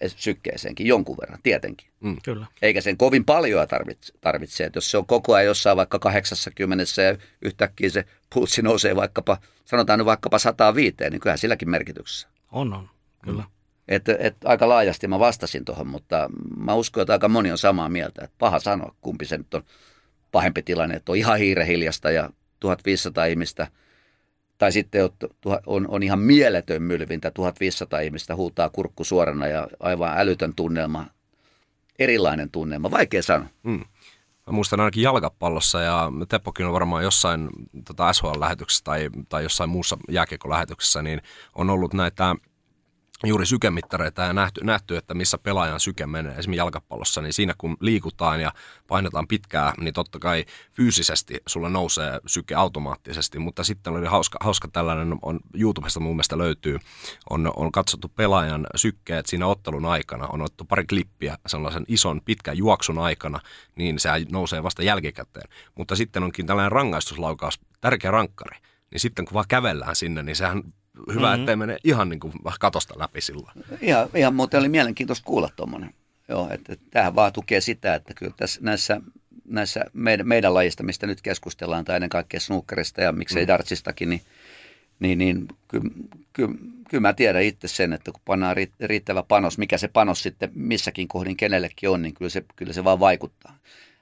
sykkeeseenkin jonkun verran, tietenkin. Kyllä. Eikä sen kovin paljon tarvitse, että jos se on koko ajan jossain vaikka 80 ja yhtäkkiä se pulssi nousee vaikkapa, sanotaan nyt vaikkapa 105, niin kyllähän silläkin merkityksessä. On, kyllä. Aika laajasti mä vastasin tuohon, mutta mä uskon, että aika moni on samaa mieltä, että paha sanoa, kumpi se nyt on pahempi tilanne, että on ihan hiirehiljasta ja 1500 ihmistä, tai sitten on ihan mieletön mylvintä, 1500 ihmistä huutaa kurkku suorana ja aivan älytön tunnelma, erilainen tunnelma, vaikea sanoa. Mä muistan ainakin jalkapallossa, ja Teppokin on varmaan jossain SHL-lähetyksessä tai jossain muussa jääkiekko-lähetyksessä, niin on ollut näitä juuri sykemittareita ja nähty, että missä pelaajan syke menee. Esimerkiksi jalkapallossa, niin siinä kun liikutaan ja painetaan pitkään, niin totta kai fyysisesti sulle nousee syke automaattisesti, mutta sitten oli hauska tällainen, YouTubesta mun mielestä löytyy, on katsottu pelaajan sykkeet siinä ottelun aikana, on otettu pari klippiä sellaisen ison pitkän juoksun aikana, niin se nousee vasta jälkikäteen. Mutta sitten onkin tällainen rangaistuslaukaus, tärkeä rankkari, niin sitten kun vaan kävellään sinne, niin sehän hyvä, ettei mene ihan niin kuin katosta läpi silloin. Ihan muuten oli mielenkiintoista kuulla tuommoinen. Joo, että tämähän vaan tukee sitä, että kyllä tässä näissä meidän lajista, mistä nyt keskustellaan, tai ennen kaikkea snookerista ja miksei dartsistakin, niin kyllä mä tiedän itse sen, että kun pannaan riittävä panos, mikä se panos sitten missäkin kohdin kenellekin on, niin kyllä se vaan vaikuttaa.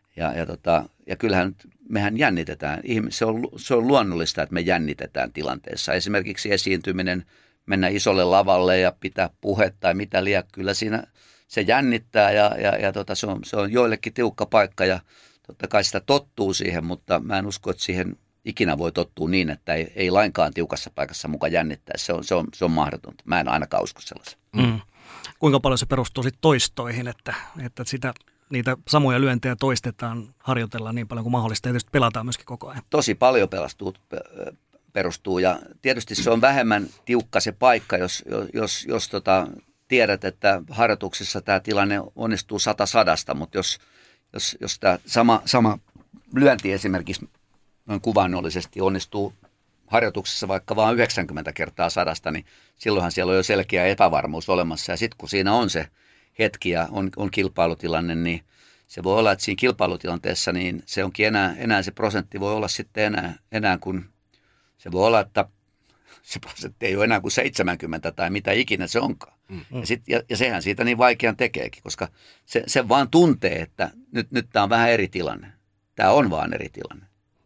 Ja kyllähän mehän jännitetään. Se on luonnollista, että me jännitetään tilanteessa. Esimerkiksi esiintyminen, mennä isolle lavalle ja pitää puhetta tai mitä liian. Kyllä siinä se jännittää ja se on joillekin tiukka paikka ja totta kai sitä tottuu siihen, mutta mä en usko, että siihen ikinä voi tottua niin, että ei lainkaan tiukassa paikassa mukaan jännittää. Se on mahdotonta. Mä en ainakaan usko sellaisen. Kuinka paljon se perustuu sitten toistoihin, että niitä samoja lyöntejä toistetaan, harjoitellaan niin paljon kuin mahdollista ja tietysti pelataan myöskin koko ajan. Tosi paljon perustuu ja tietysti se on vähemmän tiukka se paikka, jos tiedät, että harjoituksissa tämä tilanne onnistuu 100-100, mutta jos tämä sama lyönti esimerkiksi noin kuvaannollisesti onnistuu harjoituksessa vaikka vain 90 kertaa 100, niin silloinhan siellä on jo selkeä epävarmuus olemassa ja sitten kun siinä on se hetki ja on kilpailutilanne, niin se voi olla, että siinä kilpailutilanteessa niin se onkin enää se prosentti voi olla sitten enää kun se voi olla, että se prosentti ei ole enää kuin 70 tai mitä ikinä se onkaan. Ja sehän siitä niin vaikean tekeekin, koska se vaan tuntee, että nyt tämä on vähän eri tilanne. Tämä on vaan eri tilanne.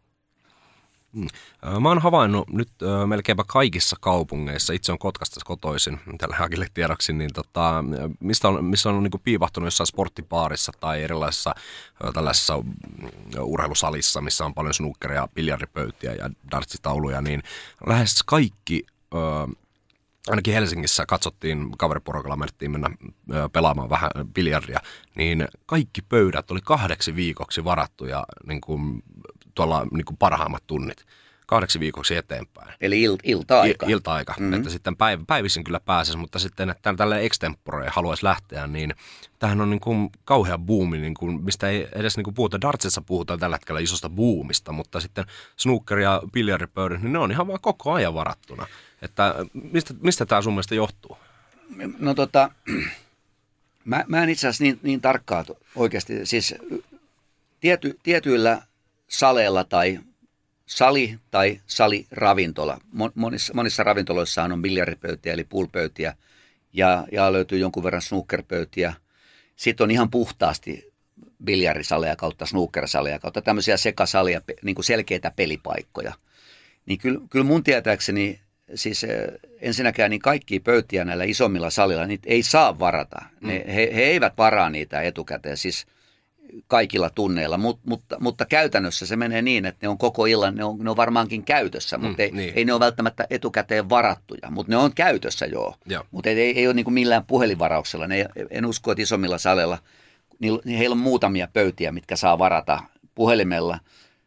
Mä oon havainnut nyt melkeinpä kaikissa kaupungeissa, itse on Kotkasta kotoisin tällä hakille tiedoksi, niin missä on niin kuin piivahtunut jossain sporttipaarissa tai erilaisissa tällaisessa urheilusalissa, missä on paljon snookeria, biljardipöytiä ja dartsitauluja, niin lähes kaikki, ainakin Helsingissä katsottiin, kaveriporukalla menettiin mennä pelaamaan vähän biljardia, niin kaikki pöydät oli 2 viikoksi varattuja niin kuin tuolla niin kuin parhaimmat tunnit 2 viikoksi eteenpäin. Eli ilta-aika. Ilta-aika, että sitten päivisin kyllä pääsisi, mutta sitten, että tälle extempore haluaisi lähteä, niin tämähän on niin kuin kauhea buumi, niin kuin, mistä ei edes niin kuin puhuta. Dartsissa puhutaan tällä hetkellä isosta buumista, mutta sitten snooker ja biljardipöydät, niin ne on ihan vaan koko ajan varattuna. Että mistä tämä sun mielestä johtuu? No mä en itse asiassa niin tarkkaa oikeasti, siis tietyillä saleilla tai saliravintola. Monissa ravintoloissahan on biljardipöytiä eli poolpöytiä ja löytyy jonkun verran snookerpöytiä. Sitten on ihan puhtaasti biljardisaleja kautta snookersaleja kautta tämmöisiä sekasalia, niin kuin selkeitä pelipaikkoja. Niin kyllä mun tietääkseni siis ensinnäkään niin kaikkia pöytiä näillä isommilla salilla niitä ei saa varata. He eivät varaa niitä etukäteen, siis kaikilla tunneilla, mutta käytännössä se menee niin, että ne on koko illan, ne on varmaankin käytössä, mutta ei ne ole välttämättä etukäteen varattuja, mutta ne on käytössä mutta ei ole niin kuin millään puhelinvarauksella. En usko, että isommilla saleilla, heillä on muutamia pöytiä, mitkä saa varata puhelimella,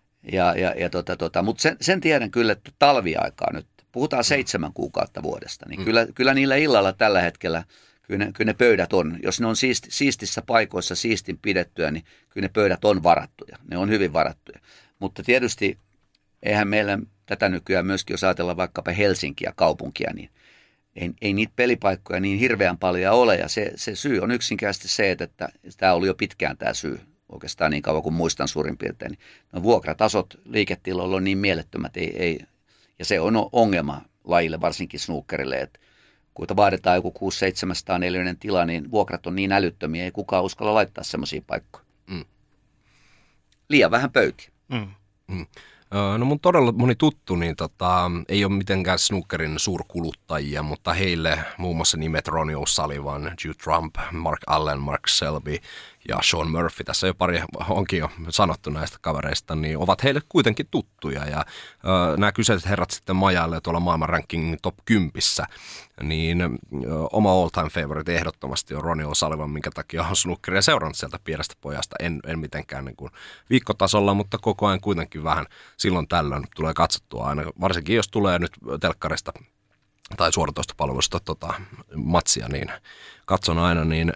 mutta sen tiedän kyllä, että talviaikaa nyt, puhutaan 7 kuukautta vuodesta, niin kyllä niillä illalla tällä hetkellä, kyllä ne pöydät on, jos ne on siistissä paikoissa siistin pidettyä, niin kyllä ne pöydät on varattuja. Ne on hyvin varattuja. Mutta tietysti eihän meillä tätä nykyään myöskin, jos ajatellaan vaikkapa Helsinkiä kaupunkia, niin ei niitä pelipaikkoja niin hirveän paljon ole, ja se syy on yksinkertaisesti se, että tämä oli jo pitkään tämä syy, oikeastaan niin kauan kuin muistan suurin piirtein. No, vuokratasot liiketiloilla on niin mielettömät, ja se on ongelma lajille, varsinkin snookerille, että kun vaaditaan joku 600-700 neliöinen tila, niin vuokrat on niin älyttömiä, ei kukaan uskalla laittaa semmoisia paikkoja. Liian vähän pöytiä. No mun todella moni tuttu, niin ei ole mitenkään snookerin suurkuluttajia, mutta heille muun muassa nimet Ronnie O'Sullivan, Jude Trump, Mark Allen, Mark Selby ja Sean Murphy, tässä jo pari onkin jo sanottu näistä kavereista, niin ovat heille kuitenkin tuttuja. Ja nämä kyseiset herrat sitten majailee tuolla maailman ranking top 10, niin oma all time favorite ehdottomasti on Ronnie O'Sullivan, minkä takia on snookeria seurannut sieltä pienestä pojasta. En mitenkään niin kuin viikkotasolla, mutta koko ajan kuitenkin vähän silloin tällöin tulee katsottua aina, varsinkin jos tulee nyt telkkarista tai suoratoistopalvelusta matsia, niin katson aina, niin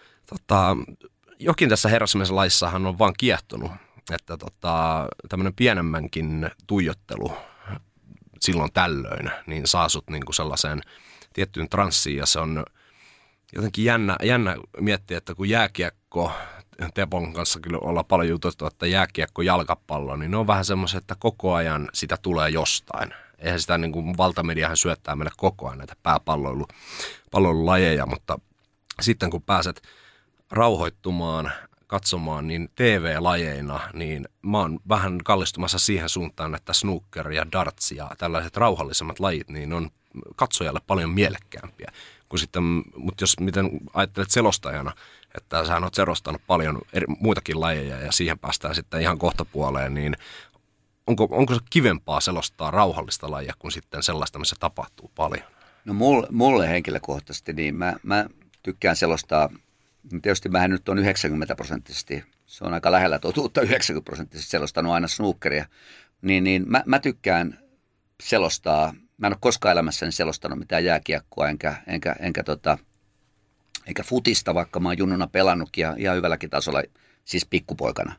jokin tässä herrasmiesen laissahan on vaan kiehtonut, että tämmöinen pienemmänkin tuijottelu silloin tällöin, niin saa sut niinku sellaiseen tiettyyn transsiin, ja se on jotenkin jännä miettiä, että kun jääkiekko, Tepon kanssa kyllä ollaan paljon jututtu, että jääkiekko, jalkapallo, niin ne on vähän semmoiset, että koko ajan sitä tulee jostain. Eihän sitä niin kuin valtamediahan syöttää meille koko ajan näitä pääpalloilulajeja, mutta sitten kun pääset rauhoittumaan, katsomaan, niin TV-lajeina, niin mä oon vähän kallistumassa siihen suuntaan, että snooker ja darts ja tällaiset rauhallisemmat lajit, niin on katsojalle paljon mielekkäämpiä. Mutta jos miten ajattelet selostajana, että sä oot selostanut paljon muitakin lajeja ja siihen päästään sitten ihan kohtapuoleen, niin onko se kivempaa selostaa rauhallista lajia kuin sitten sellaista, missä tapahtuu paljon? No mulle henkilökohtaisesti, niin mä tykkään selostaa, tietysti mähän nyt on 90%, se on aika lähellä totuutta, 90% selostanut aina snookeria, niin mä tykkään selostaa, mä en ole koskaan elämässäni selostanut mitään jääkiekkoa, enkä futista, vaikka mä oon junnuna pelannutkin ja ihan hyvälläkin tasolla, siis pikkupoikana.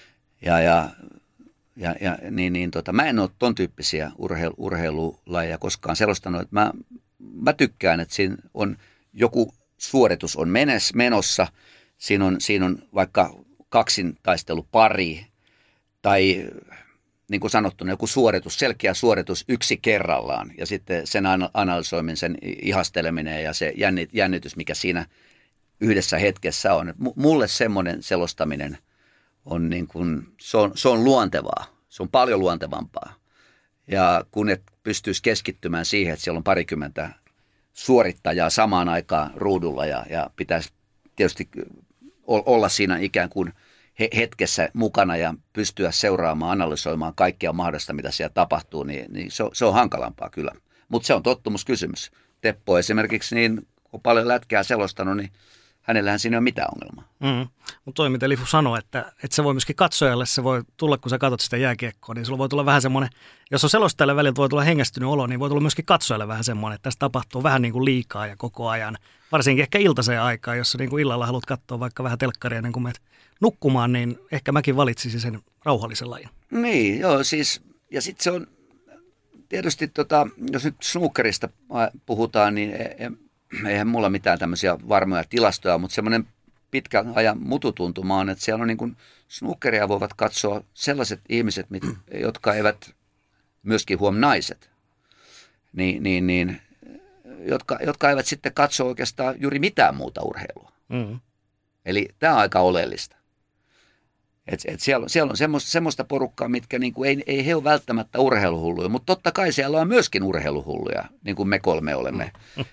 Mä en ole ton tyyppisiä urheilulajeja koskaan selostanut, että mä tykkään, että siinä on joku suoritus on menossa, siinä on vaikka kaksintaistelupari tai niin kuin sanottu, joku suoritus, selkeä suoritus yksi kerrallaan ja sitten sen analysoiminen, sen ihasteleminen ja se jännitys, mikä siinä yhdessä hetkessä on. Mulle semmoinen selostaminen on niin kuin, se on luontevaa, se on paljon luontevampaa. Ja kun et pystyisi keskittymään siihen, että siellä on parikymmentä suorittajaa samaan aikaan ruudulla ja pitäisi tietysti olla siinä ikään kuin hetkessä mukana ja pystyä seuraamaan, analysoimaan kaikkea mahdollista, mitä siellä tapahtuu, niin se on hankalampaa kyllä. Mutta se on tottumuskysymys. Teppo esimerkiksi, niin kun paljon lätkää selostanut, niin hänellähän siinä ei ole mitään ongelmaa. Mutta toi, mitä Lifu sanoi, että se voi myöskin katsojalle, se voi tulla, kun sä katsot sitä jääkiekkoa, niin sulla voi tulla vähän semmoinen, jos on selostajalle välillä voi tulla hengästynyt olo, niin voi tulla myöskin katsojalle vähän semmoinen, että tässä tapahtuu vähän niin kuin liikaa ja koko ajan. Varsinkin ehkä iltaiseen aikaan, jos niin kuin illalla haluat katsoa vaikka vähän telkkaria ennen kuin menet nukkumaan, niin ehkä mäkin valitsisin sen rauhallisen lajin. Niin, joo, siis, ja sitten se on tietysti, jos nyt snookerista puhutaan, niin eihän mulla mitään tämmöisiä varmoja tilastoja, mutta semmoinen pitkän ajan mututuntuma on, että siellä on niin kuin snookeria voivat katsoa sellaiset ihmiset, jotka eivät myöskin naiset, jotka eivät sitten katso oikeastaan juuri mitään muuta urheilua. Eli tämä on aika oleellista. Siellä on semmoista porukkaa, mitkä niin kuin ei he ole välttämättä urheiluhulluja, mutta totta kai siellä on myöskin urheiluhulluja, niin kuin me kolme olemme.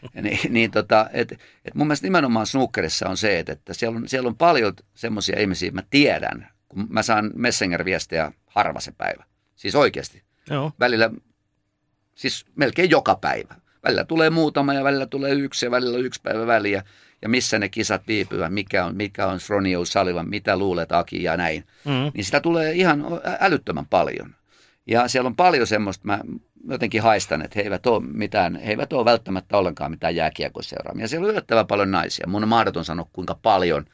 Mun mielestä nimenomaan snookerissa on se, että siellä on paljon semmoisia ihmisiä, mä tiedän, kun mä saan Messenger-viestejä harva se päivä. Siis oikeasti. Joo. Välillä, siis melkein joka päivä. Välillä tulee muutama ja välillä tulee yksi ja välillä on yksi päivä väliä. Ja missä ne kisat viipyvät, mikä on Ronnie O'Sullivan, mitä luulet Aki ja näin. Niin sitä tulee ihan älyttömän paljon. Ja siellä on paljon semmoista, mä jotenkin haistan, että he eivät ole välttämättä ollenkaan mitään jääkiekkoseuraamia. Siellä on yllättävän paljon naisia. Mun on mahdoton sanoa kuinka paljon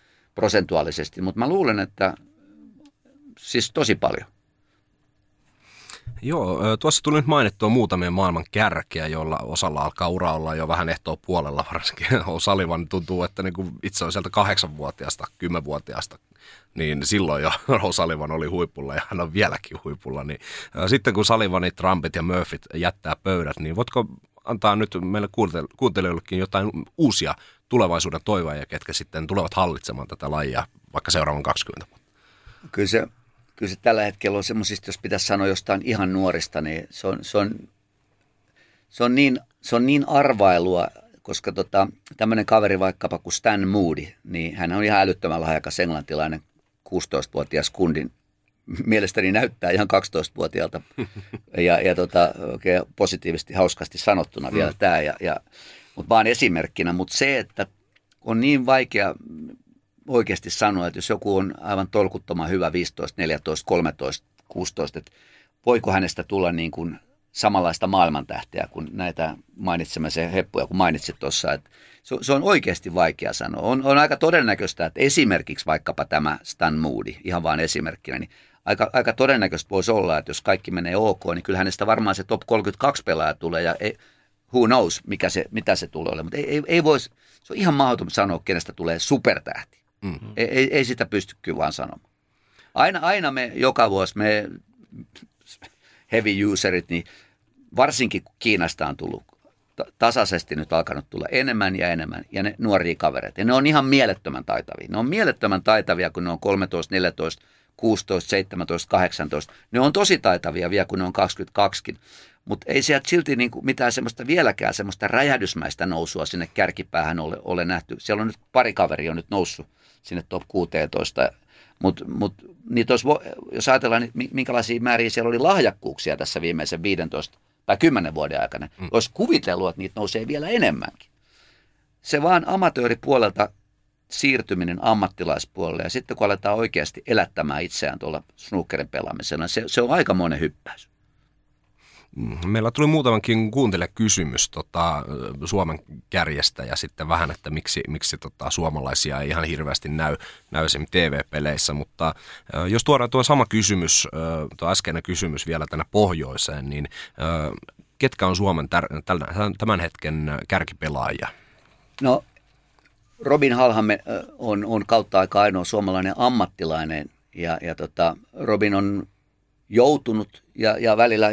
prosentuaalisesti, mutta mä luulen, että siis tosi paljon. Joo, tuossa tuli nyt mainittua muutamia maailman kärkeä, joilla osalla alkaa ura olla jo vähän ehtoa puolella, varsinkin O'Sullivan tuntuu, että niin kuin itse on sieltä 8-vuotiaasta, 10-vuotiaasta, niin silloin jo O'Sullivan oli huipulla ja hän on vieläkin huipulla. Niin, sitten kun Sullivanit, Trumpit ja Murphyt jättää pöydät, niin voitko antaa nyt meille kuuntelijoillekin jotain uusia tulevaisuuden toivoja, ketkä sitten tulevat hallitsemaan tätä lajia vaikka seuraavan 20 vuotta? Kyllä se tällä hetkellä on semmoisista, jos pitäisi sanoa jostain ihan nuorista, niin se on niin arvailua, koska tämmöinen kaveri vaikkapa kuin Stan Moody, niin hän on ihan älyttömän lahjakas englantilainen 16-vuotias kundin. Mielestäni näyttää ihan 12-vuotiaalta ja oikein positiivisesti, hauskasti sanottuna vielä tämä, mutta vaan esimerkkinä. Mutta se, että on niin vaikea oikeasti sanoa, että jos joku on aivan tolkuttoman hyvä 15, 14, 13, 16, että voiko hänestä tulla niin kuin samanlaista maailmantähteä kuin näitä mainitsemisen heppuja, kun mainitsit tuossa, että se on oikeasti vaikea sanoa. On aika todennäköistä, että esimerkiksi vaikkapa tämä Stan Moody, ihan vaan esimerkkinä, niin aika todennäköistä voisi olla, että jos kaikki menee ok, niin kyllä hänestä varmaan se top 32 pelaaja tulee ja who knows, mitä se tulee olemaan. Mutta ei voisi, se on ihan mahdoton sanoa, kenestä tulee supertähti. Mm-hmm. Ei sitä pysty kyllä vaan sanomaan. Aina me joka vuosi, me heavy userit, niin varsinkin kun Kiinasta on tullut tasaisesti nyt alkanut tulla enemmän ja ne nuoria kavereita. Ja ne on ihan mielettömän taitavia. Ne on mielettömän taitavia, kun ne on 13, 14, 16, 17, 18. Ne on tosi taitavia vielä, kun ne on 22kin. Mutta ei sieltä silti niinku mitään semmoista vieläkään semmoista räjähdysmäistä nousua sinne kärkipäähän ole nähty. Siellä on nyt pari kaveria on nyt noussut sinne top 16. Mutta jos ajatellaan, niin minkälaisia määriä siellä oli lahjakkuuksia tässä viimeisen 15 tai 10 vuoden aikana, olisi kuvitellut, että niitä nousee vielä enemmänkin. Se vaan amatööripuolelta siirtyminen ammattilaispuolelle ja sitten kun aletaan oikeasti elättämään itseään tuolla snookerin pelaamisella, se on aikamoinen hyppäys. Meillä tuli muutamankin kuuntelijakysymys Suomen kärjestä ja sitten vähän, että miksi suomalaisia ei ihan hirveästi näy esimerkiksi TV-peleissä, mutta jos tuodaan tuo sama kysymys, tuo äskeinen kysymys vielä tänne pohjoiseen, niin ketkä on Suomen tämän hetken kärkipelaajia? No, Robin Hallhamme on kautta aika ainoa suomalainen ammattilainen ja Robin on joutunut ja välillä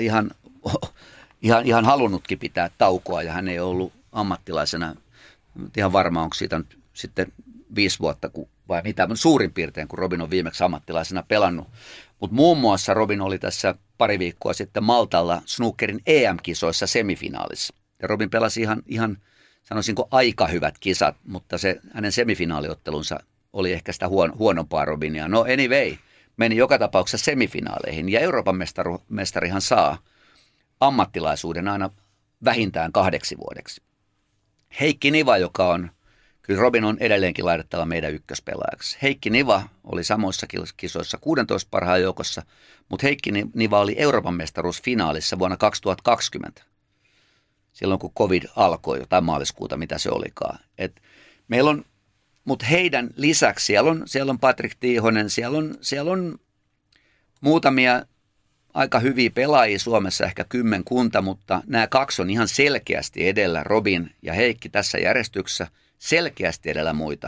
ihan halunnutkin pitää taukoa ja hän ei ollut ammattilaisena, ihan varma onko siitä nyt sitten 5 vuotta vai mitä, mutta suurin piirtein kun Robin on viimeksi ammattilaisena pelannut. Mutta muun muassa Robin oli tässä pari viikkoa sitten Maltalla snookerin EM-kisoissa semifinaalissa. Ja Robin pelasi ihan sanoisinko aika hyvät kisat, mutta se hänen semifinaaliottelunsa oli ehkä sitä huonompaa Robinia. No anyway, meni joka tapauksessa semifinaaleihin ja Euroopan mestarihan saa ammattilaisuuden aina vähintään 2 vuodeksi. Heikki Niva, joka on, kyllä Robin on edelleenkin laitettava meidän ykköspelaajaksi. Heikki Niva oli samoissa kisoissa 16 parhaan joukossa, mutta Heikki Niva oli Euroopan mestaruusfinaalissa vuonna 2020. Silloin kun COVID alkoi, jotain maaliskuuta, mitä se olikaan. Meillä on, mutta heidän lisäksi, siellä on Patrik Tiihonen, siellä on muutamia aika hyviä pelaajia Suomessa, ehkä 10, mutta nämä 2 on ihan selkeästi edellä, Robin ja Heikki tässä järjestyksessä, selkeästi edellä muita.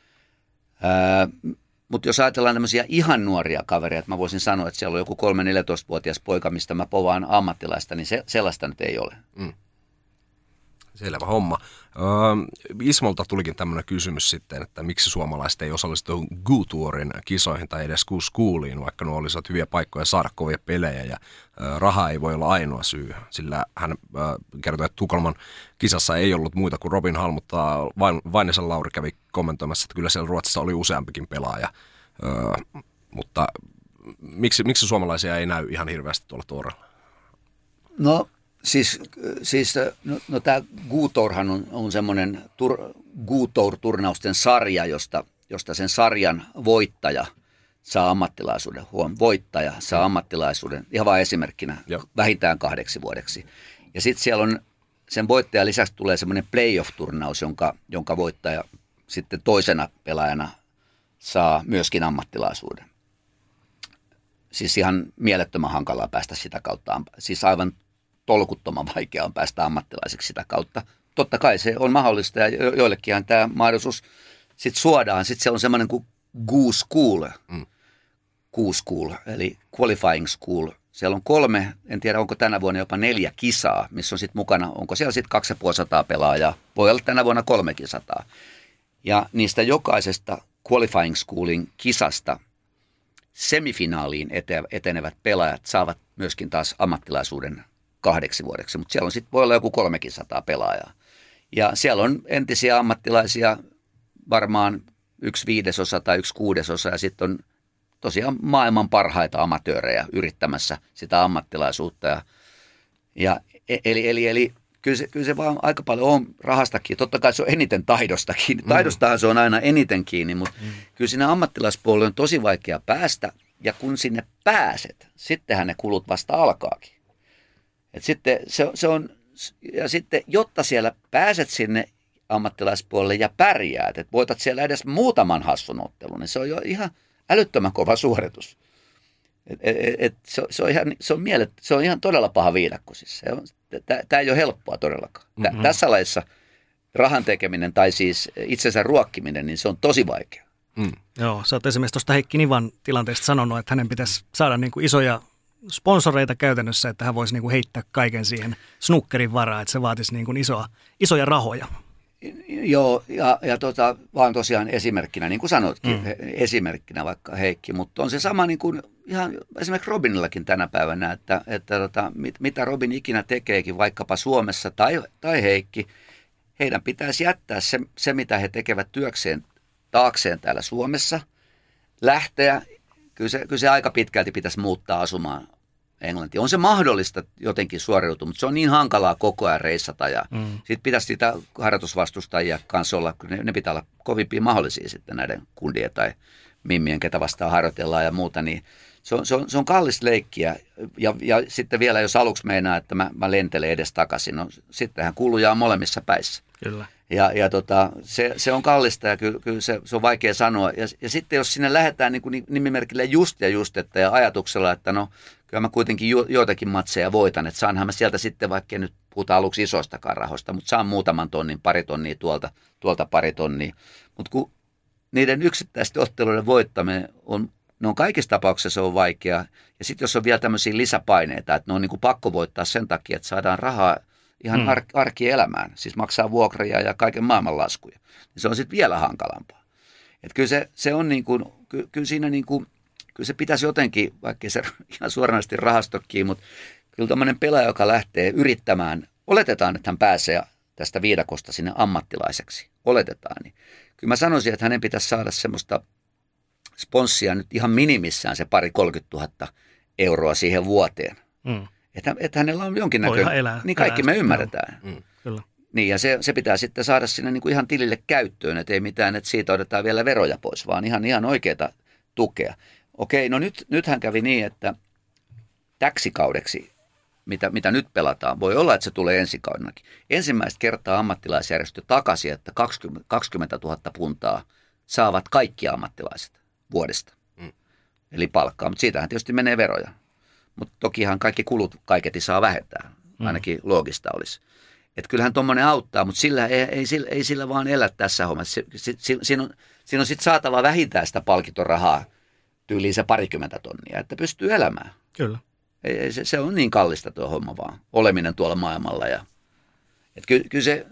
Mutta jos ajatellaan tämmöisiä ihan nuoria kavereita, mä voisin sanoa, että siellä on joku 3-14-vuotias poika, mistä mä povaan ammattilaista, niin sellaista nyt ei ole. Selvä homma. Ismolta tulikin tämmöinen kysymys sitten, että miksi suomalaiset ei osallistu Go-Tourin kisoihin tai edes Schooliin, vaikka ne olisivat hyviä paikkoja saada kovia pelejä ja raha ei voi olla ainoa syy, sillä hän kertoi, että Tukholman kisassa ei ollut muita kuin Robin Hall, mutta Vainisen Lauri kävi kommentoimassa, että kyllä siellä Ruotsissa oli useampikin pelaaja, mutta miksi suomalaisia ei näy ihan hirveästi tuolla tuorella? No tämä Go-Tourhan on semmoinen Go-Tour-turnausten sarja, josta sen sarjan voittaja saa ammattilaisuuden. Voittaja saa ammattilaisuuden, ihan vain esimerkkinä, vähintään 2 vuodeksi. Ja sitten siellä on, sen voittajan lisäksi tulee semmoinen playoff-turnaus, jonka voittaja sitten toisena pelaajana saa myöskin ammattilaisuuden. siis ihan mielettömän hankalaa päästä sitä kautta. Siis aivan tolkuttoman vaikea on päästä ammattilaiseksi sitä kautta. Totta kai se on mahdollista ja joillekinhan tämä mahdollisuus sitten suodaan. Sitten se on semmoinen kuin Q-School, eli Qualifying School. Siellä on 3, en tiedä onko tänä vuonna jopa 4 kisaa, missä on sitten mukana, onko siellä sitten 250 pelaajaa. Voi olla tänä vuonna 300. Ja niistä jokaisesta Qualifying Schoolin kisasta semifinaaliin etenevät pelaajat saavat myöskin taas ammattilaisuuden 2 vuodeksi, mutta siellä on sitten voi olla joku 300 pelaajaa. Ja siellä on entisiä ammattilaisia varmaan 1/5 tai 1/6 ja sitten on tosiaan maailman parhaita amatöörejä yrittämässä sitä ammattilaisuutta. Eli kyllä se vaan aika paljon on rahastakin. Totta kai se on eniten taidosta kiinni. Taidostahan se on aina eniten kiinni, mutta kyllä siinä ammattilaispuolelle on tosi vaikea päästä. Ja kun sinne pääset, sittenhän ne kulut vasta alkaakin. Et sitten se on, ja sitten jotta siellä pääset sinne ammattilaispuolelle ja pärjäät, että voitat siellä edes muutaman hassun ottelun, niin se on jo ihan älyttömän kova suoritus. Se on ihan todella paha viidakko. Siis tämä ei ole helppoa todellakaan. Tässä laissa rahan tekeminen tai siis itsensä ruokkiminen, niin se on tosi vaikea. Joo, sä oot esimerkiksi tuosta Heikki Nivan tilanteesta sanonut, että hänen pitäisi saada niin kuin isoja sponsoreita käytännössä, että hän voisi niin kuin heittää kaiken siihen snookerin varaan, että se vaatisi niin kuin isoja rahoja. Joo, vaan tosiaan esimerkkinä, niin kuin sanoitkin, esimerkkinä vaikka Heikki, mutta on se sama niin kuin ihan esimerkiksi Robinillakin tänä päivänä, että mitä Robin ikinä tekeekin vaikkapa Suomessa tai Heikki, heidän pitäisi jättää se mitä he tekevät työkseen taakseen täällä Suomessa, lähteä, kyllä se aika pitkälti pitäisi muuttaa asumaan Englantiin. On se mahdollista jotenkin suoriutua, mutta se on niin hankalaa koko ajan reissata ja sitten pitäisi sitä harjoitusvastustajia kanssa olla, kun ne pitää olla kovimpia mahdollisia sitten näiden kundien tai mimmien, ketä vastaan harjoitellaan ja muuta, niin se on kallista leikkiä ja sitten vielä jos aluksi meinaa, että mä lentelen edes takaisin, no sittenhän kulujaa molemmissa päissä. Kyllä. Se on kallista ja kyllä se on vaikea sanoa. Ja sitten jos sinne lähdetään niin nimimerkillä just ja ajatuksella, että no kyllä mä kuitenkin joitakin matseja voitan, että saanhan mä sieltä sitten, vaikka nyt puhutaan aluksi isoistakaan rahoista, mutta saan muutaman tonnin, 2 tonnia tuolta 2 tonnia. Mutta kun niiden yksittäisten otteluiden voittaminen ne on kaikissa tapauksissa on vaikeaa. Ja sitten jos on vielä tämmöisiä lisäpaineita, että ne on niin kuin pakko voittaa sen takia, että saadaan rahaa ihan arkielämään, siis maksaa vuokria ja kaiken maailman laskuja. Se on sitten vielä hankalampaa. Että kyllä se on niin kuin, kyllä siinä niin kuin, kyllä se pitäisi jotenkin, vaikka se ihan suoranaisesti rahastokkiin, mutta kyllä tämmöinen pelaaja, joka lähtee yrittämään, oletetaan, että hän pääsee tästä viidakosta sinne ammattilaiseksi, oletetaan, niin kyllä mä sanoisin, että hänen pitäisi saada semmoista sponssia nyt ihan minimissään se 20 000 euroa siihen vuoteen. Että hänellä on jonkinnäköinen, niin kaikki me ymmärretään. Kyllä. Niin ja se pitää sitten saada sinne niin kuin ihan tilille käyttöön, että ei mitään, että siitä otetaan vielä veroja pois, vaan ihan oikeaa tukea. Okei, no nythän kävi niin, että täksi kaudeksi, mitä nyt pelataan, voi olla, että se tulee ensi kaudenakin. Ensimmäistä kertaa ammattilaisjärjestö takaisin, että 20 000 puntaa saavat kaikki ammattilaiset vuodesta. Eli palkkaa, mutta siitähän tietysti menee veroja. Mutta tokihan kaikki kulut kaiketi saa vähentää, ainakin loogista olisi. Että kyllähän tuommoinen auttaa, mutta ei sillä vaan elä tässä hommassa. Siinä on sitten saatava vähintään sitä palkintorahaa tyyliin se 20 tonnia, että pystyy elämään. Kyllä. Se on niin kallista tuo homma vaan, oleminen tuolla maailmalla. Kyllä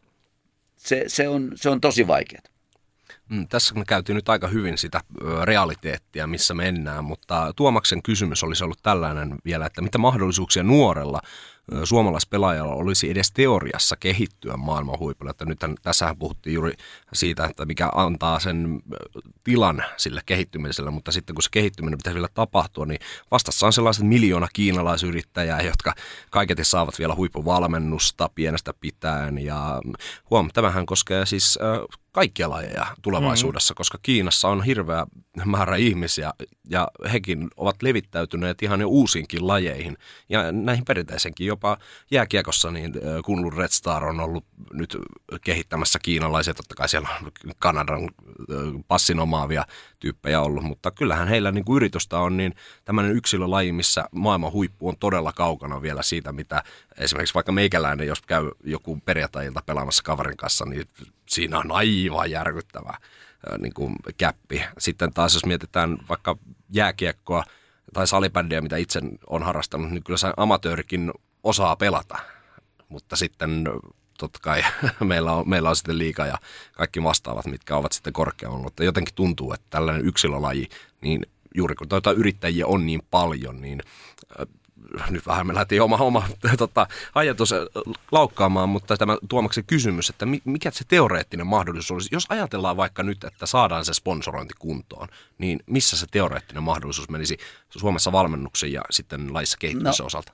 se on tosi vaikeaa. Tässä me käytiin nyt aika hyvin sitä realiteettia, missä mennään, mutta Tuomaksen kysymys olisi ollut tällainen vielä, että mitä mahdollisuuksia nuorella suomalaispelaajalla olisi edes teoriassa kehittyä maailman huipulla. Että nythän tässähän puhuttiin juuri siitä, että mikä antaa sen tilan sille kehittymiselle, mutta sitten kun se kehittyminen pitäisi vielä tapahtua, niin vastassa on sellaiset 1 miljoona kiinalaisyrittäjää, jotka kaiketi saavat vielä huippuvalmennusta pienestä pitäen. Ja tämähän koskee siis kaikkia lajeja tulevaisuudessa, koska Kiinassa on hirveä määrä ihmisiä ja hekin ovat levittäytyneet ihan jo uusiinkin lajeihin ja näihin perinteisenkin. Jopa jääkiekossa niin Kunlun Red Star on ollut nyt kehittämässä kiinalaisia, totta kai siellä on Kanadan passin omaavia tyyppejä ollut, mutta kyllähän heillä niin kuin yritystä on, niin tämmöinen yksilölaji, missä maailman huippu on todella kaukana vielä siitä, mitä esimerkiksi vaikka meikäläinen, jos käy joku perjantai-ilta pelaamassa kaverin kanssa, niin siinä on aivan järkyttävä niin kuin käppi. Sitten taas jos mietitään vaikka jääkiekkoa tai salibändiä, mitä itse on harrastanut, niin kyllä se amatöörikin osaa pelata, mutta sitten totta kai meillä on sitten liiga ja kaikki vastaavat, mitkä ovat sitten korkeammalla, mutta jotenkin tuntuu, että tällainen yksilölaji, niin juuri kun yrittäjiä on niin paljon, niin nyt vähän me lähtiin oma ajatus laukkaamaan, mutta tämä Tuomaksen kysymys, että mikä se teoreettinen mahdollisuus olisi, jos ajatellaan vaikka nyt, että saadaan se sponsorointi kuntoon, niin missä se teoreettinen mahdollisuus menisi Suomessa valmennuksen ja sitten lajissa kehittymisen osalta?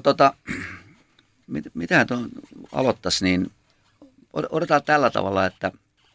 Mitähän tuon aloittaisi, niin odotetaan tällä tavalla, että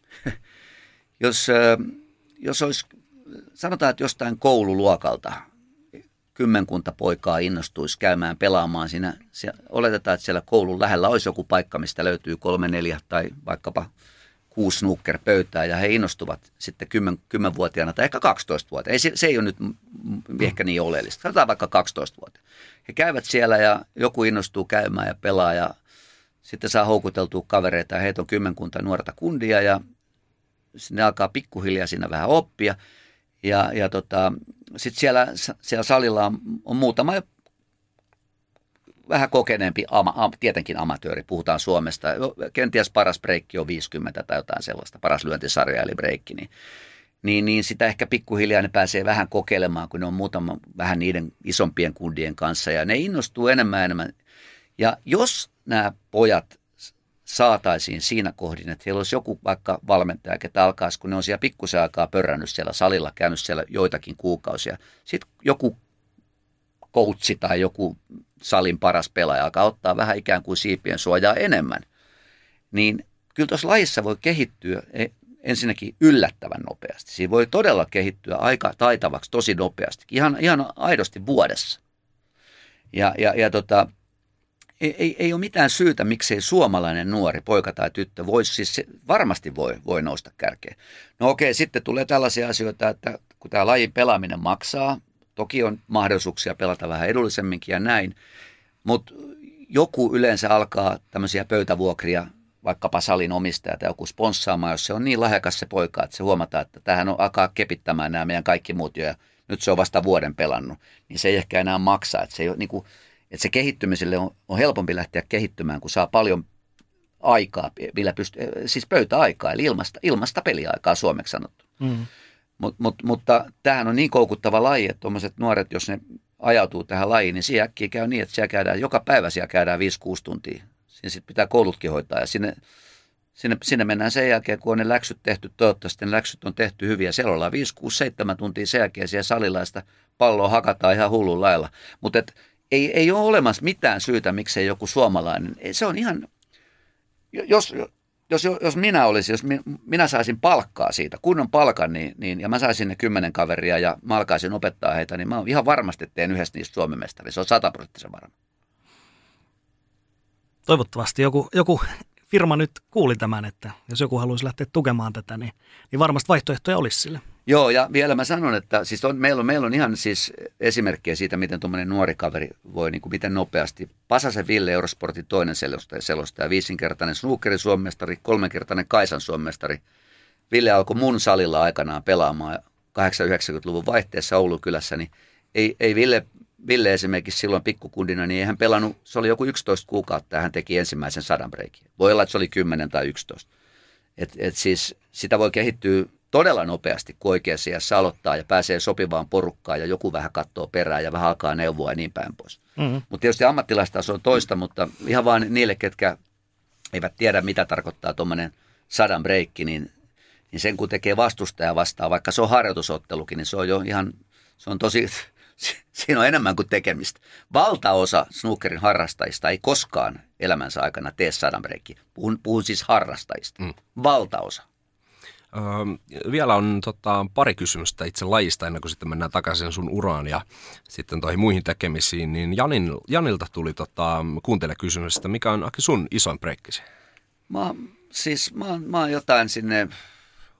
jos olisi, sanotaan, että jostain koululuokalta kymmenkunta poikaa innostuisi käymään pelaamaan siinä, oletetaan, että siellä koulun lähellä olisi joku paikka, mistä löytyy 3, 4 tai vaikkapa 6 snookerpöytää, ja he innostuvat sitten 10-vuotiaana tai ehkä 12-vuotiaana. Se ei ole nyt ehkä niin oleellista. Sanotaan vaikka 12-vuotiaana. He käyvät siellä ja joku innostuu käymään ja pelaa ja sitten saa houkuteltua kavereita ja heitä on 10 nuorta kundia ja ne alkaa pikkuhiljaa siinä vähän oppia. Sitten siellä salilla on muutama vähän kokeneempi, tietenkin amatööri, puhutaan Suomesta. Kenties paras breikki on 50 tai jotain sellaista, paras lyöntisarja eli breikki. Niin sitä ehkä pikkuhiljaa ne pääsee vähän kokeilemaan, kun ne on muutama vähän niiden isompien kundien kanssa. Ja ne innostuu enemmän. Ja jos nämä pojat saataisiin siinä kohdin, että heillä olisi joku vaikka valmentaja, ketä alkaisi, kun ne on siellä pikkusen aikaa pörrännyt siellä salilla, käynyt siellä joitakin kuukausia. Sitten joku coachi tai joku salin paras pelaaja alkaa ottaa vähän ikään kuin siipien suojaa enemmän. Niin kyllä tuossa lajissa voi kehittyä ensinnäkin yllättävän nopeasti. Siinä voi todella kehittyä aika taitavaksi tosi nopeasti, ihan aidosti vuodessa. Ei ole mitään syytä, miksei suomalainen nuori poika tai tyttö varmasti voi nousta kärkeen. No okei, sitten tulee tällaisia asioita, että kun tämä lajin pelaaminen maksaa, toki on mahdollisuuksia pelata vähän edullisemminkin ja näin, mutta joku yleensä alkaa tämmöisiä pöytävuokria, vaikkapa salin omistaja tai joku sponssaamaan, jos se on niin lahjakas se poika, että se huomataan, että tähän alkaa kepittämään nämä meidän kaikki muut jo ja nyt se on vasta vuoden pelannut, niin se ei ehkä enää maksaa, että se ei ole niin kuin, että se kehittymiselle on helpompi lähteä kehittymään, kun saa paljon aikaa, siis pöytäaikaa, eli ilmasta peliaikaa suomeksi sanottu. Mm. Mutta tämähän on niin koukuttava laji, että tuommoiset nuoret, jos ne ajautuu tähän lajiin, niin siinä äkkiä käy niin, että siellä käydään, joka päivä siellä käydään 5-6 tuntia. Siinä sitten pitää koulutkin hoitaa ja sinne mennään sen jälkeen, kun on ne läksyt tehty, toivottavasti ne läksyt on tehty hyviä. Siellä ollaan 5-6-7 tuntia sen jälkeen siellä salilla ja sitä palloa hakataan ihan hullun lailla. Mutta ei ole olemassa mitään syytä, miksei joku suomalainen. Se on ihan, jos minä olisin, jos minä saisin palkkaa siitä, kunnon palkan, niin, ja mä saisin ne 10 kaveria ja mä alkaisin opettaa heitä, niin mä ihan varmasti teen yhdessä niistä Suomen mestari. Se on 100% varma. Toivottavasti joku firma nyt kuuli tämän, että jos joku haluaisi lähteä tukemaan tätä, niin varmasti vaihtoehtoja olisi sille. Joo, ja vielä mä sanon, että siis meillä on ihan siis esimerkkejä siitä, miten tuommoinen nuori kaveri voi, niin kuin miten nopeasti. Pasasen Ville, Eurosportin toinen selostaja, 5-kertainen snookerin suomestari, 3-kertainen Kaisan suomestari. Ville alkoi mun salilla aikanaan pelaamaan 80-90-luvun vaihteessa Oulukylässä, niin ei Ville esimerkiksi silloin pikkukundina, niin ei hän pelannut, se oli joku 11 kuukautta ja hän teki ensimmäisen 100 breikin. Voi olla, että se oli 10 tai 11. Et siis sitä voi kehittyä todella nopeasti, kun oikeassa iässä aloittaa ja pääsee sopivaan porukkaan ja joku vähän katsoo perään ja vähän alkaa neuvoa ja niin päin pois. Mm-hmm. Mutta tietysti ammattilaistaso on toista, mutta ihan vaan niille, ketkä eivät tiedä, mitä tarkoittaa tuommoinen 100 breikki, niin sen kun tekee vastustaja vastaan, vaikka se on harjoitusottelukin, niin se on jo ihan, se on tosi, siinä on enemmän kuin tekemistä. Valtaosa snookerin harrastajista ei koskaan elämänsä aikana tee 100 breikkiä. Puhun siis harrastajista. Valtaosa. Vielä on pari kysymystä itse lajista ennen kuin sitten mennään takaisin sun uraan ja sitten toihin muihin tekemisiin. Niin Janilta tuli kuuntele-kysymys, että mikä on Aki sun isoin breikkisi? Mä oon jotain sinne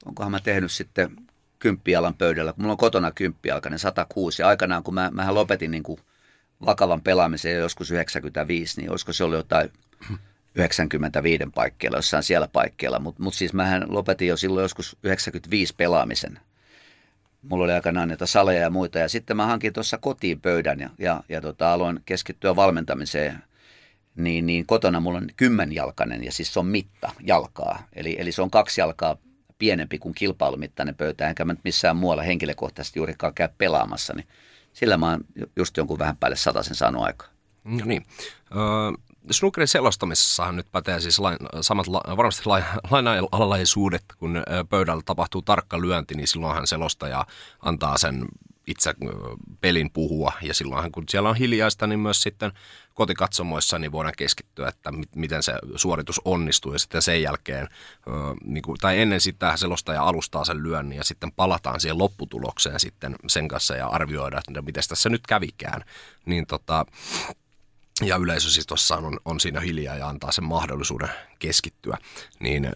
onkohan mä tehnyt sitten 10 pöydällä, kun mulla on kotona 10 106, ja aikanaan kun mähän lopetin niin kuin vakavan pelaamisen joskus 95, niin olisiko se ollut jotain 95 paikkeilla, jossain siellä paikkeilla, mutta siis mähän lopetin jo silloin joskus 95 pelaamisen. Mulla oli aikanaan näitä saleja ja muita, ja sitten mä hankin tuossa kotiin pöydän ja aloin keskittyä valmentamiseen. Niin kotona mulla on 10-jalkainen, ja siis se on mitta jalkaa, eli se on 2 jalkaa pienempi kuin kilpailumittainen pöytä, enkä mä nyt missään muualla henkilökohtaisesti juurikaan käy pelaamassa, niin sillä mä oon just jonkun vähän päälle 100 saanut aikaa. No niin. Snookerin selostamisessahan nyt pätee siis varmasti lainalaisuudet, kun pöydällä tapahtuu tarkka lyönti, niin silloinhan selostaja antaa sen itse pelin puhua, ja silloinhan kun siellä on hiljaista, niin myös sitten kotikatsomoissa niin voidaan keskittyä, että miten se suoritus onnistuu, ja sitten sen jälkeen, tai ennen sitä selostaja alustaa sen lyönnin, ja sitten palataan siihen lopputulokseen sitten sen kanssa ja arvioidaan, että miten tässä nyt kävikään, niin ja yleisö siis tuossa on siinä hiljaa ja antaa sen mahdollisuuden keskittyä, niin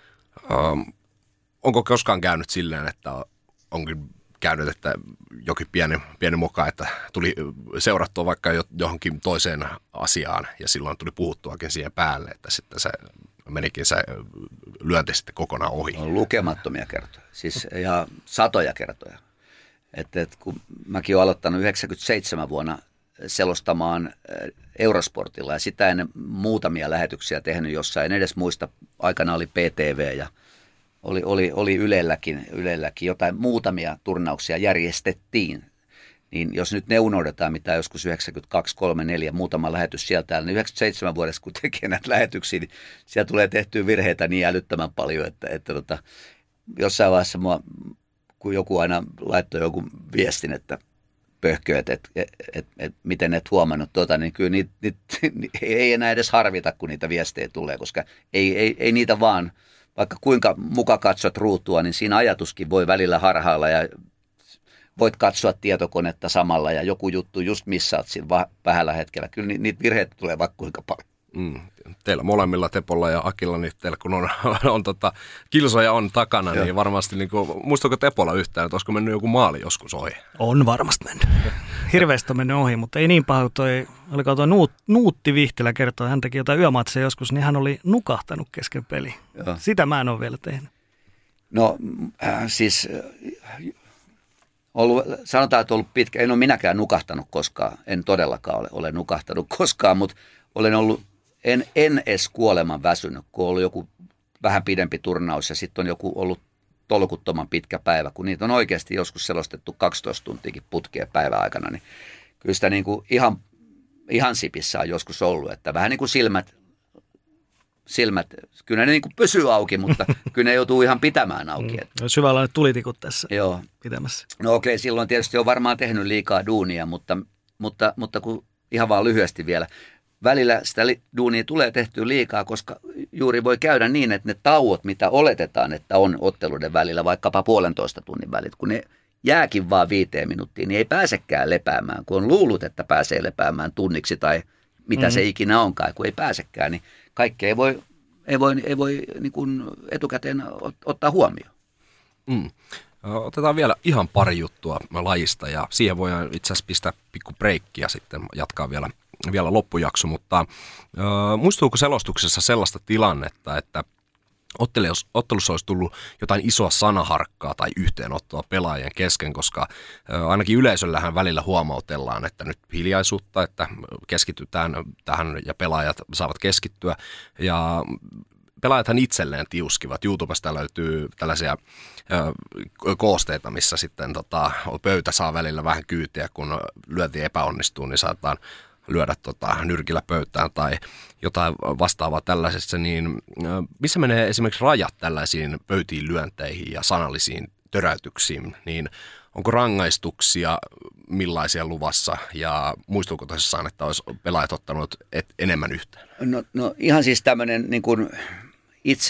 onko koskaan käynyt silleen, että onkin käynyt, että jokin pieni moka, että tuli seurattua vaikka johonkin toiseen asiaan ja silloin tuli puhuttuakin siihen päälle, että sitten se menikin se lyönti sitten kokonaan ohi. On lukemattomia kertoja, siis ihan satoja kertoja. Että kun mäkin olen aloittanut 97 vuonna selostamaan Eurosportilla ja sitä ennen muutamia lähetyksiä tehnyt, jossa en edes muista, aikana oli PTV ja oli Ylelläkin jotain muutamia turnauksia järjestettiin. Niin jos nyt ne unohdetaan, mitä joskus 92, 3, 4, muutama lähetys sieltä, niin 97 vuodessa kun tekee näitä lähetyksiä, niin siellä tulee tehtyä virheitä niin älyttömän paljon, että jossain vaiheessa kun joku aina laittoi joku viestin, että pöhkö, että miten et huomannut niin kyllä niitä ei enää edes harvita, kun niitä viestejä tulee, koska ei niitä vaan, vaikka kuinka muka katsot ruutua, niin siinä ajatuskin voi välillä harhailla ja voit katsoa tietokonetta samalla ja joku juttu just missaat siinä vähällä hetkellä. Kyllä niitä virheitä tulee vaikka kuinka paljon. Teillä molemmilla, Tepolla ja Akilla, niin teillä kun on kilsoja on takana, niin varmasti, niin muistuuko Tepolla yhtään, että olisiko mennyt joku maali joskus ohi? On varmasti mennyt. Hirveästi on mennyt ohi, mutta ei niin paha, oliko tuo Nuutti Vihtilä kertoi, hän teki jotain yömatseja joskus, niin hän oli nukahtanut kesken peli. Joo. Sitä mä en ole vielä tehnyt. No siis sanotaan, että ollut pitkä, en ole minäkään nukahtanut koskaan, en todellakaan ole nukahtanut koskaan, mutta olen ollut en edes kuoleman väsynyt, kun on ollut joku vähän pidempi turnaus ja sitten on joku ollut tolkuttoman pitkä päivä, kun niitä on oikeasti joskus selostettu 12 tuntiakin putkeen päivän aikana, niin kyllä sitä niin kuin ihan sipissä on joskus ollut, että vähän niin kuin silmät, kyllä ne niin kuin pysyy auki, mutta kyllä ne joutuu ihan pitämään auki. Syvällä tulitikut tässä Joo. pitämässä. No okei, silloin tietysti on varmaan tehnyt liikaa duunia, mutta kun ihan vaan lyhyesti vielä. Välillä sitä duunia tulee tehtyä liikaa, koska juuri voi käydä niin, että ne tauot, mitä oletetaan, että on otteluiden välillä, vaikkapa 1,5 tunnin välit, kun ne jääkin vaan 5 minuuttia, niin ei pääsekään lepäämään, kun on luullut, että pääsee lepäämään tunniksi tai mitä se ikinä onkaan, kun ei pääsekään, niin kaikkea ei voi niin kuin etukäteen ottaa huomioon. Otetaan vielä ihan pari juttua lajista ja siihen voidaan itse asiassa pistää pikku breikki ja sitten jatkaa vielä loppujakso, mutta muistuuko selostuksessa sellaista tilannetta, että ottelussa olisi tullut jotain isoa sanaharkkaa tai yhteenottoa pelaajien kesken, koska ainakin yleisöllähän välillä huomautellaan, että nyt hiljaisuutta, että keskitytään tähän ja pelaajat saavat keskittyä ja pelaajathan itselleen tiuskivat. YouTubesta löytyy tällaisia koosteita, missä sitten pöytä saa välillä vähän kyytiä, kun lyönti epäonnistuu, niin saataan lyödä nyrkillä pöytään tai jotain vastaavaa tällaisessa, niin missä menee esimerkiksi rajat tällaisiin pöytiin lyönteihin ja sanallisiin töräytyksiin, niin onko rangaistuksia millaisia luvassa ja muistuuko tosissaan, että olisi pelaajat ottanut enemmän yhteen? No ihan siis tämmöinen niin kuin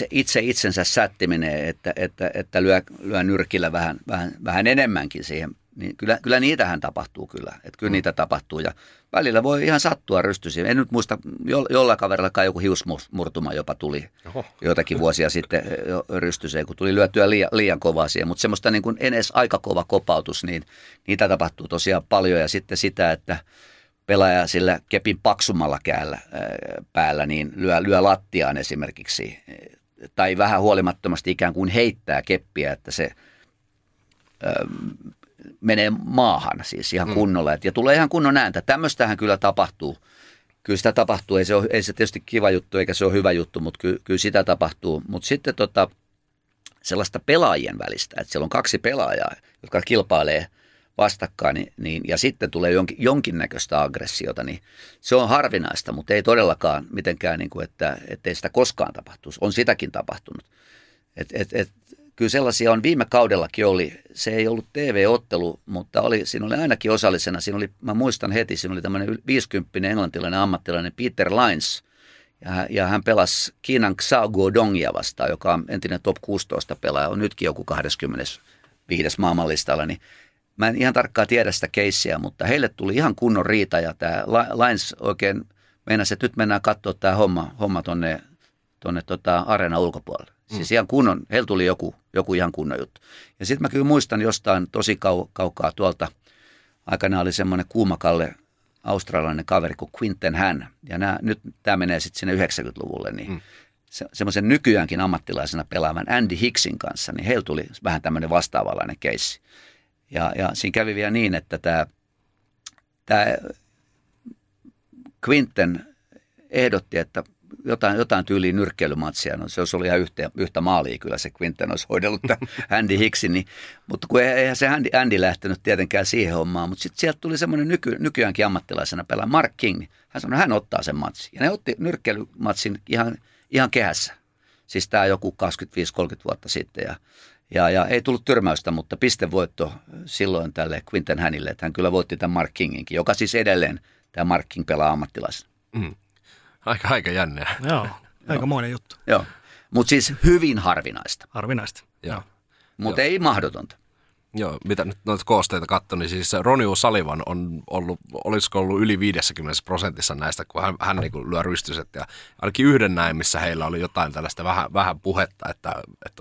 itsensä sättiminen, että lyö nyrkillä vähän enemmänkin siihen Niin kyllä niitähän tapahtuu kyllä. Että kyllä niitä tapahtuu ja välillä voi ihan sattua rystysiä. En nyt muista, jollain kaverillakaan joku hiusmurtuma jopa tuli joitakin vuosia sitten rystyseen, kun tuli lyötyä liian kovaa siihen. Mutta semmoista niin kuin edes aika kova kopautus, niin niitä tapahtuu tosiaan paljon. Ja sitten sitä, että pelaaja sillä kepin paksummalla päällä niin lyö lattiaan esimerkiksi. Tai vähän huolimattomasti ikään kuin heittää keppiä, että se menee maahan siis ihan kunnolla. Ja tulee ihan kunnon ääntä. Tämmöistähän kyllä tapahtuu. Kyllä sitä tapahtuu. Ei se tietysti kiva juttu eikä se ole hyvä juttu, mutta kyllä sitä tapahtuu. Mutta sitten sellaista pelaajien välistä, että siellä on 2 pelaajaa, jotka kilpailee vastakkain, niin, ja sitten tulee jonkinnäköistä aggressiota, niin se on harvinaista, mutta ei todellakaan mitenkään, niin kuin, ettei sitä koskaan tapahtuisi. On sitäkin tapahtunut. Kyllä sellaisia on, viime kaudellakin oli, se ei ollut TV-ottelu, mutta siinä oli ainakin osallisena, mä muistan heti, siinä oli tämmöinen 50 englantilainen ammattilainen Peter Lines, ja hän pelasi Kiinan Xiao Guodongia vastaan, joka on entinen top 16 pelaaja, on nytkin joku 25. maailmanlistalla, niin mä en ihan tarkkaan tiedä sitä keissiä, mutta heille tuli ihan kunnon riita, ja tämä Lines oikein meinasi, että nyt mennään katsoa tämä homma tonne areenan ulkopuolelle. Siis ihan kunnon, heillä tuli joku ihan kunnon juttu. Ja sitten mä kyllä muistan jostain tosi kaukaa tuolta, aikanaan oli semmoinen kuumakalle australialainen kaveri kuin Quinten Han. Ja nyt tämä menee sitten sinne 90-luvulle, niin semmoisen nykyäänkin ammattilaisena pelaavan Andy Hicksin kanssa, niin heillä tuli vähän tämmöinen vastaavallainen keissi. Ja siinä kävi vielä niin, että tämä Quinten ehdotti, että jotain tyyliin nyrkkeilymatsia. No, se olisi ollut ihan yhtä maalia kyllä se Quinten olisi hoidellut Andy Hicksin. Niin, mutta kun eihän se Andy lähtenyt tietenkään siihen hommaan. Mutta sitten sieltä tuli semmoinen nykyäänkin ammattilaisena pelaa Mark King. Niin hän sanoi, hän ottaa sen matsin. Ja ne otti nyrkkeilymatsin ihan kehässä. Siis tämä joku 25-30 vuotta sitten. Ja ei tullut tyrmäystä, mutta pistevoitto silloin tälle Quinten Hanille. Että hän kyllä voitti tämän Mark Kinginkin, joka siis edelleen tämä Mark King pelaa ammattilaisena. Aika jännää. Joo, aikamoinen juttu. Joo, mutta siis hyvin harvinaista. Harvinaista. Joo. Mutta ei mahdotonta. Joo, mitä nyt noita koosteita katson, niin siis Ronnie O'Sullivan on olisiko ollut yli 50% näistä, kun hän niin kuin lyö rystyset. Ja ainakin yhden näin, missä heillä oli jotain tällaista vähän puhetta, että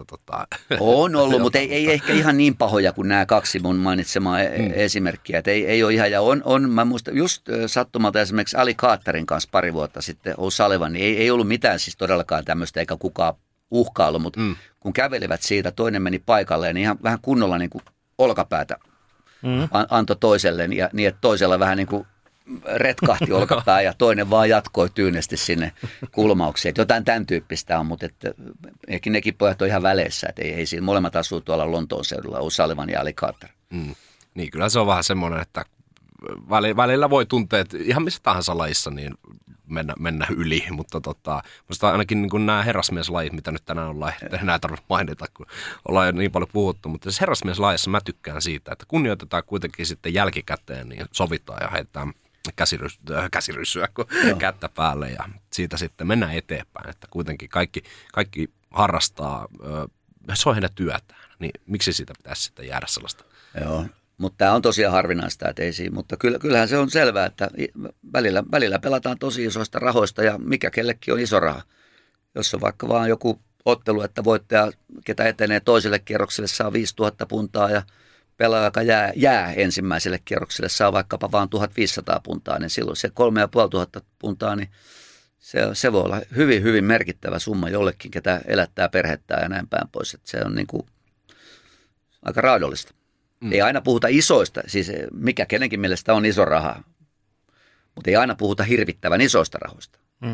on ollut, mutta ei ehkä ihan niin pahoja kuin nämä 2 mun mainitsemaa esimerkkiä. Että ei ole ihan, ja mä muistan just sattumalta esimerkiksi Ali Carterin kanssa pari vuotta sitten O'Sullivan, niin ei ollut mitään siis todellakaan tämmöistä, eikä kukaan uhkailu, mutta kun kävelivät siitä, toinen meni paikalleen, niin ihan vähän kunnolla niin kuin olkapäätä antoi toiselle, ja niin että toisella vähän niin kuin retkahti olkapää ja toinen vaan jatkoi tyynesti sinne kulmaukseen. Että jotain tämän tyyppistä on, mutta että ehkä nekin pojat on ihan väleissä, että ei siinä molemmat asuu tuolla Lontoon seudulla, O'Sullivan ja Ali Carter. Niin, kyllä se on vähän semmoinen, että välillä voi tuntea, että ihan missä tahansa lajissa niin mennä yli, mutta musta ainakin niin kuin nämä herrasmieslajit, mitä nyt tänään ollaan, enää tarvitse mainita, kun ollaan jo niin paljon puhuttu, mutta se herrasmieslajissa mä tykkään siitä, että kunnioitetaan kuitenkin sitten jälkikäteen, niin sovitaan ja heitetään käsiryssyä kättä päälle ja siitä sitten mennään eteenpäin, että kuitenkin kaikki harrastaa, se on heidän työtään, niin miksi siitä pitäisi sitten jäädä sellaista? Joo. Mutta tämä on tosiaan harvinaista, että ei siinä, mutta kyllähän se on selvää, että välillä pelataan tosi isoista rahoista ja mikä kellekin on iso raha. Jos on vaikka vaan joku ottelu, että voittaja, ketä etenee toiselle kierrokselle, saa 5000 puntaa ja pelaaja, joka jää ensimmäiselle kierrokselle, saa vaikkapa vaan 1500 puntaa, niin silloin se 3500 puntaa, niin se voi olla hyvin, hyvin merkittävä summa jollekin, ketä elättää perhettä ja näin päin pois. Että se on niin kuin aika raadollista. Ei aina puhuta isoista, siis mikä kenenkin mielestä on iso raha, mutta ei aina puhuta hirvittävän isoista rahoista.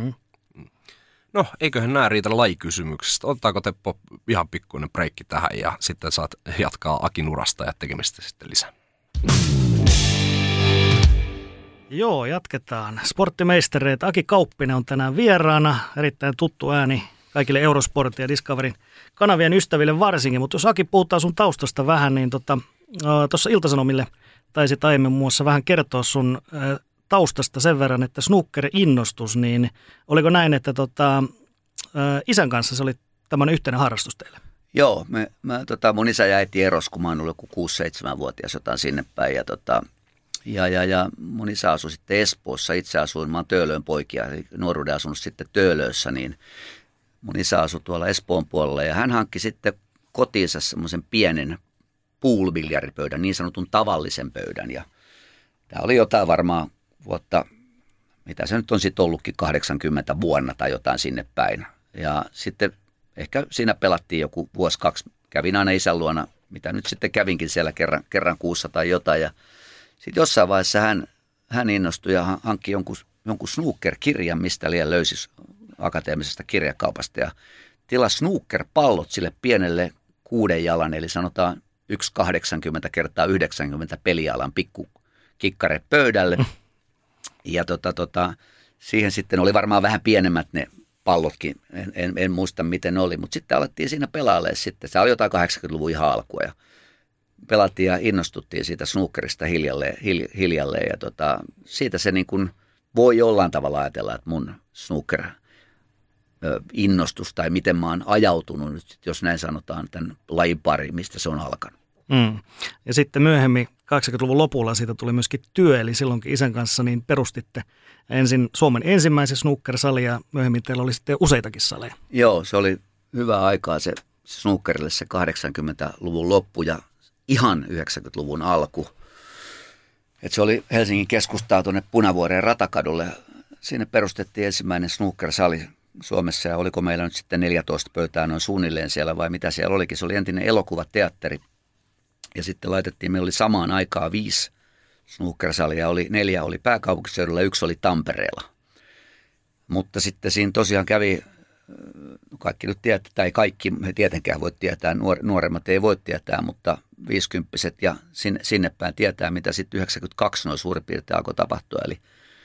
No, eiköhän nämä riitä lajikysymyksestä. Ottaako Teppo ihan pikkuinen breikki tähän ja sitten saat jatkaa Akin urasta ja tekemistä sitten lisää. Joo, jatketaan. Sporttimeistereet Aki Kauppinen on tänään vieraana, erittäin tuttu ääni kaikille Eurosportin ja Discoverin kanavien ystäville varsinkin, mutta jos Aki puhutaan sun taustasta vähän, niin tuossa Ilta-Sanomille taisit aiemmin muun muassa vähän kertoa sun taustasta sen verran, että snooker-innostus, niin oliko näin, että isän kanssa se oli tämmöinen yhteinen harrastus teille? Joo, mun isä ja äiti erosi, kun mä oon ollut joku 6-7-vuotias jotain sinne päin. Ja mun isä asui sitten Espoossa, itse asuin, mä oon Töölön poikia, eli nuoruuden asunut sitten Töölössä, niin mun isä asui tuolla Espoon puolella ja hän hankki sitten kotiinsa semmoisen pienen pool-biljaripöydän, niin sanotun tavallisen pöydän. Ja tämä oli jotain varmaan vuotta, mitä se nyt on sitten ollutkin, 80 vuonna tai jotain sinne päin. Ja sitten ehkä siinä pelattiin joku vuosi, 2, kävin aina isän luona, mitä nyt sitten kävinkin siellä kerran kuussa tai jotain. Ja sitten jossain vaiheessa hän innostui ja hankki jonkun snooker-kirjan, mistä liian löysi akateemisesta kirjakaupasta. Ja tilasi snooker-pallot sille pienelle 6 jalan, eli sanotaan 1,80 × 90 pelialan pikku kikkare pöydälle. Ja siihen sitten oli varmaan vähän pienemmät ne pallotkin, en muista miten oli, mutta sitten alettiin siinä pelailemaan sitten. Se oli jotain 80-luvun ihan alkua ja pelattiin ja innostuttiin siitä snookerista hiljalleen ja siitä se niin kuin voi jollain tavalla ajatella, että mun snooker innostus tai miten mä oon ajautunut nyt, jos näin sanotaan, tämän lajin pariin, mistä se on alkanut. Ja sitten myöhemmin 80-luvun lopulla siitä tuli myöskin työ, eli silloinkin isän kanssa niin perustitte ensin Suomen ensimmäisen snooker-salin ja myöhemmin teillä oli sitten useitakin saleja. Joo, se oli hyvä aikaa se snookerille se 80-luvun loppu ja ihan 90-luvun alku. Et se oli Helsingin keskustaa tuonne Punavuoreen Ratakadulle. Siinä perustettiin ensimmäinen snooker-sali Suomessa ja oliko meillä nyt sitten 14 pöytää noin suunnilleen siellä vai mitä siellä olikin. Se oli entinen elokuvateatteri. Ja sitten meillä oli samaan aikaan 5 snooker-salia, 4 oli pääkaupunkiseudulla ja 1 oli Tampereella. Mutta sitten siinä tosiaan kävi, kaikki nyt tietää, tai kaikki me tietenkään voi tietää, nuoremmat ei voi tietää, mutta 50-vuotiaat ja sinne päin tietää, mitä sitten 92 noin suurin piirtein alkoi tapahtua. Eli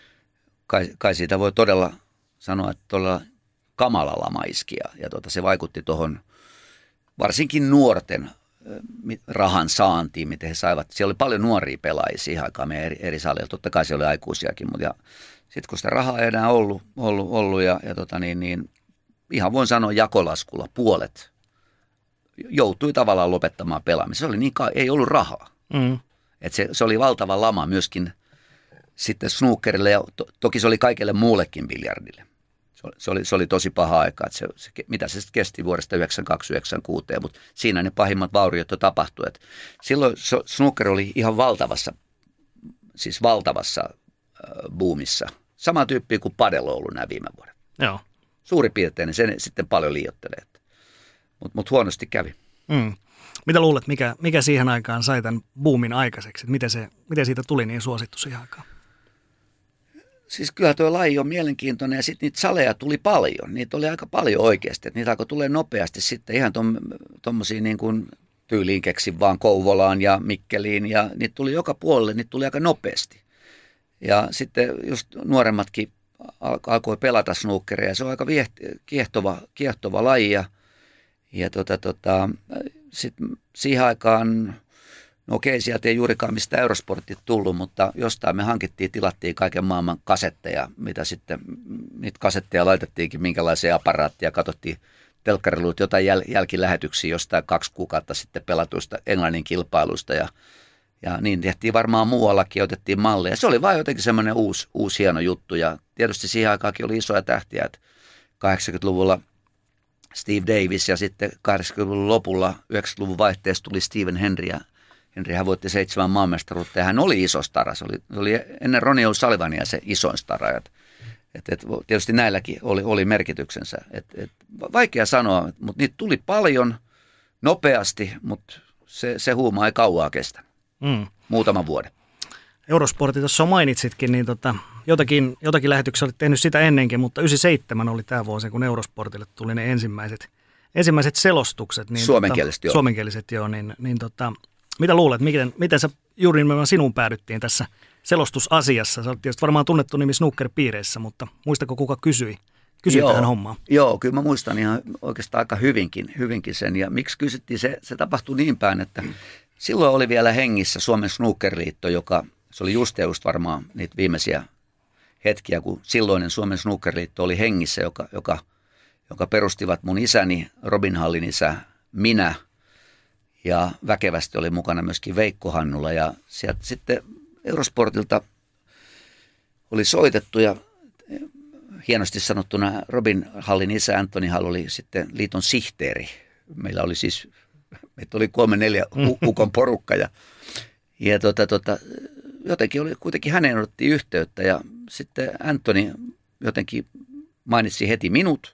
kai siitä voi todella sanoa, että todella kamala lama iski ja se vaikutti tuohon varsinkin nuorten rahan saantiin, miten he saivat. Siellä oli paljon nuoria pelaajia siihen aikaan meidän eri saleilla. Totta kai siellä oli aikuisiakin, mutta sitten kun sitä rahaa ei enää ollut ja ihan voin sanoa jakolaskulla puolet joutui tavallaan lopettamaan pelaamista. Se oli ei ollut rahaa. Et se oli valtava lama myöskin sitten snookerille ja toki se oli kaikille muullekin biljardille. Se oli tosi paha aika, että mitä se sitten kesti vuodesta 92-96, mutta siinä ne pahimmat vauriot jo tapahtui. Et silloin snooker oli ihan valtavassa boomissa. Sama tyyppi kuin padel on ollut nämä viime vuodet. Joo. Suurin piirtein, niin se sitten paljon liioittelee. Mutta huonosti kävi. Mitä luulet, mikä siihen aikaan sai tämän boomin aikaiseksi? Miten siitä tuli niin suosittu siihen aikaan? Siis kyllä tuo laji on mielenkiintoinen ja sitten niitä saleja tuli paljon. Niitä oli aika paljon oikeasti. Että niitä alkoi tulee nopeasti sitten ihan tuommoisia niin kuin tyyliin keksin vaan Kouvolaan ja Mikkeliin. Ja niitä tuli joka puolelle, niitä tuli aika nopeasti. Ja sitten just nuoremmatkin alkoi pelata snookeria ja se on aika kiehtova laji. Ja sitten siihen aikaan... No okei, sieltä ei juurikaan mistä Eurosportit tullut, mutta jostain me tilattiin kaiken maailman kasetteja, mitä sitten, niitä kasetteja laitettiinkin minkälaisia aparaatteja, katsottiin telkkariluut jotain jälkilähetyksiä jostain 2 kuukautta sitten pelatuista Englannin kilpailuista ja niin tehtiin varmaan muuallakin, otettiin malleja. Se oli vain jotenkin semmoinen uusi hieno juttu ja tietysti siihen aikaakin oli isoja tähtiä, että 80-luvulla Steve Davis ja sitten 80-luvun lopulla 90-luvun vaihteessa tuli Stephen Hendry ja Henryhän voitti 7 maanmestaruutta ja hän oli iso stara. Se oli ennen Ronnie O'Sullivania se isoin stara. Tietysti näilläkin oli merkityksensä. Vaikea sanoa, mutta niitä tuli paljon nopeasti, mutta se huuma ei kauaa kestä. Muutaman vuoden. Eurosportti tuossa mainitsitkin, niin jotakin lähetyksiä olit tehnyt sitä ennenkin, mutta 97 oli tämä vuosi, kun Eurosportille tuli ne ensimmäiset selostukset. Niin suomenkieliset, joo. Suomenkieliset, joo. Mitä luulet, miten sä juuri nimenomaan sinun päädyttiin tässä selostusasiassa? Sä olet tietysti varmaan tunnettu nimi snooker-piireissä, mutta muistako kuka kysyi tähän hommaan? Joo, kyllä mä muistan ihan oikeastaan aika hyvinkin sen. Ja miksi kysyttiin, se tapahtui niin päin, että silloin oli vielä hengissä Suomen Snookerliitto, se oli just varmaan niitä viimeisiä hetkiä, kun silloinen Suomen Snookerliitto oli hengissä, joka perustivat mun isäni, Robin Hallin isä, minä ja väkevästi oli mukana myöskin Veikko Hannula ja sieltä sitten Eurosportilta oli soitettu ja hienosti sanottuna Robin Hallin isä Anthony Hall oli sitten liiton sihteeri. Meillä oli siis, meitä oli 3-4 ukon porukka ja jotenkin oli kuitenkin häneen odotti yhteyttä ja sitten Anthony jotenkin mainitsi heti minut.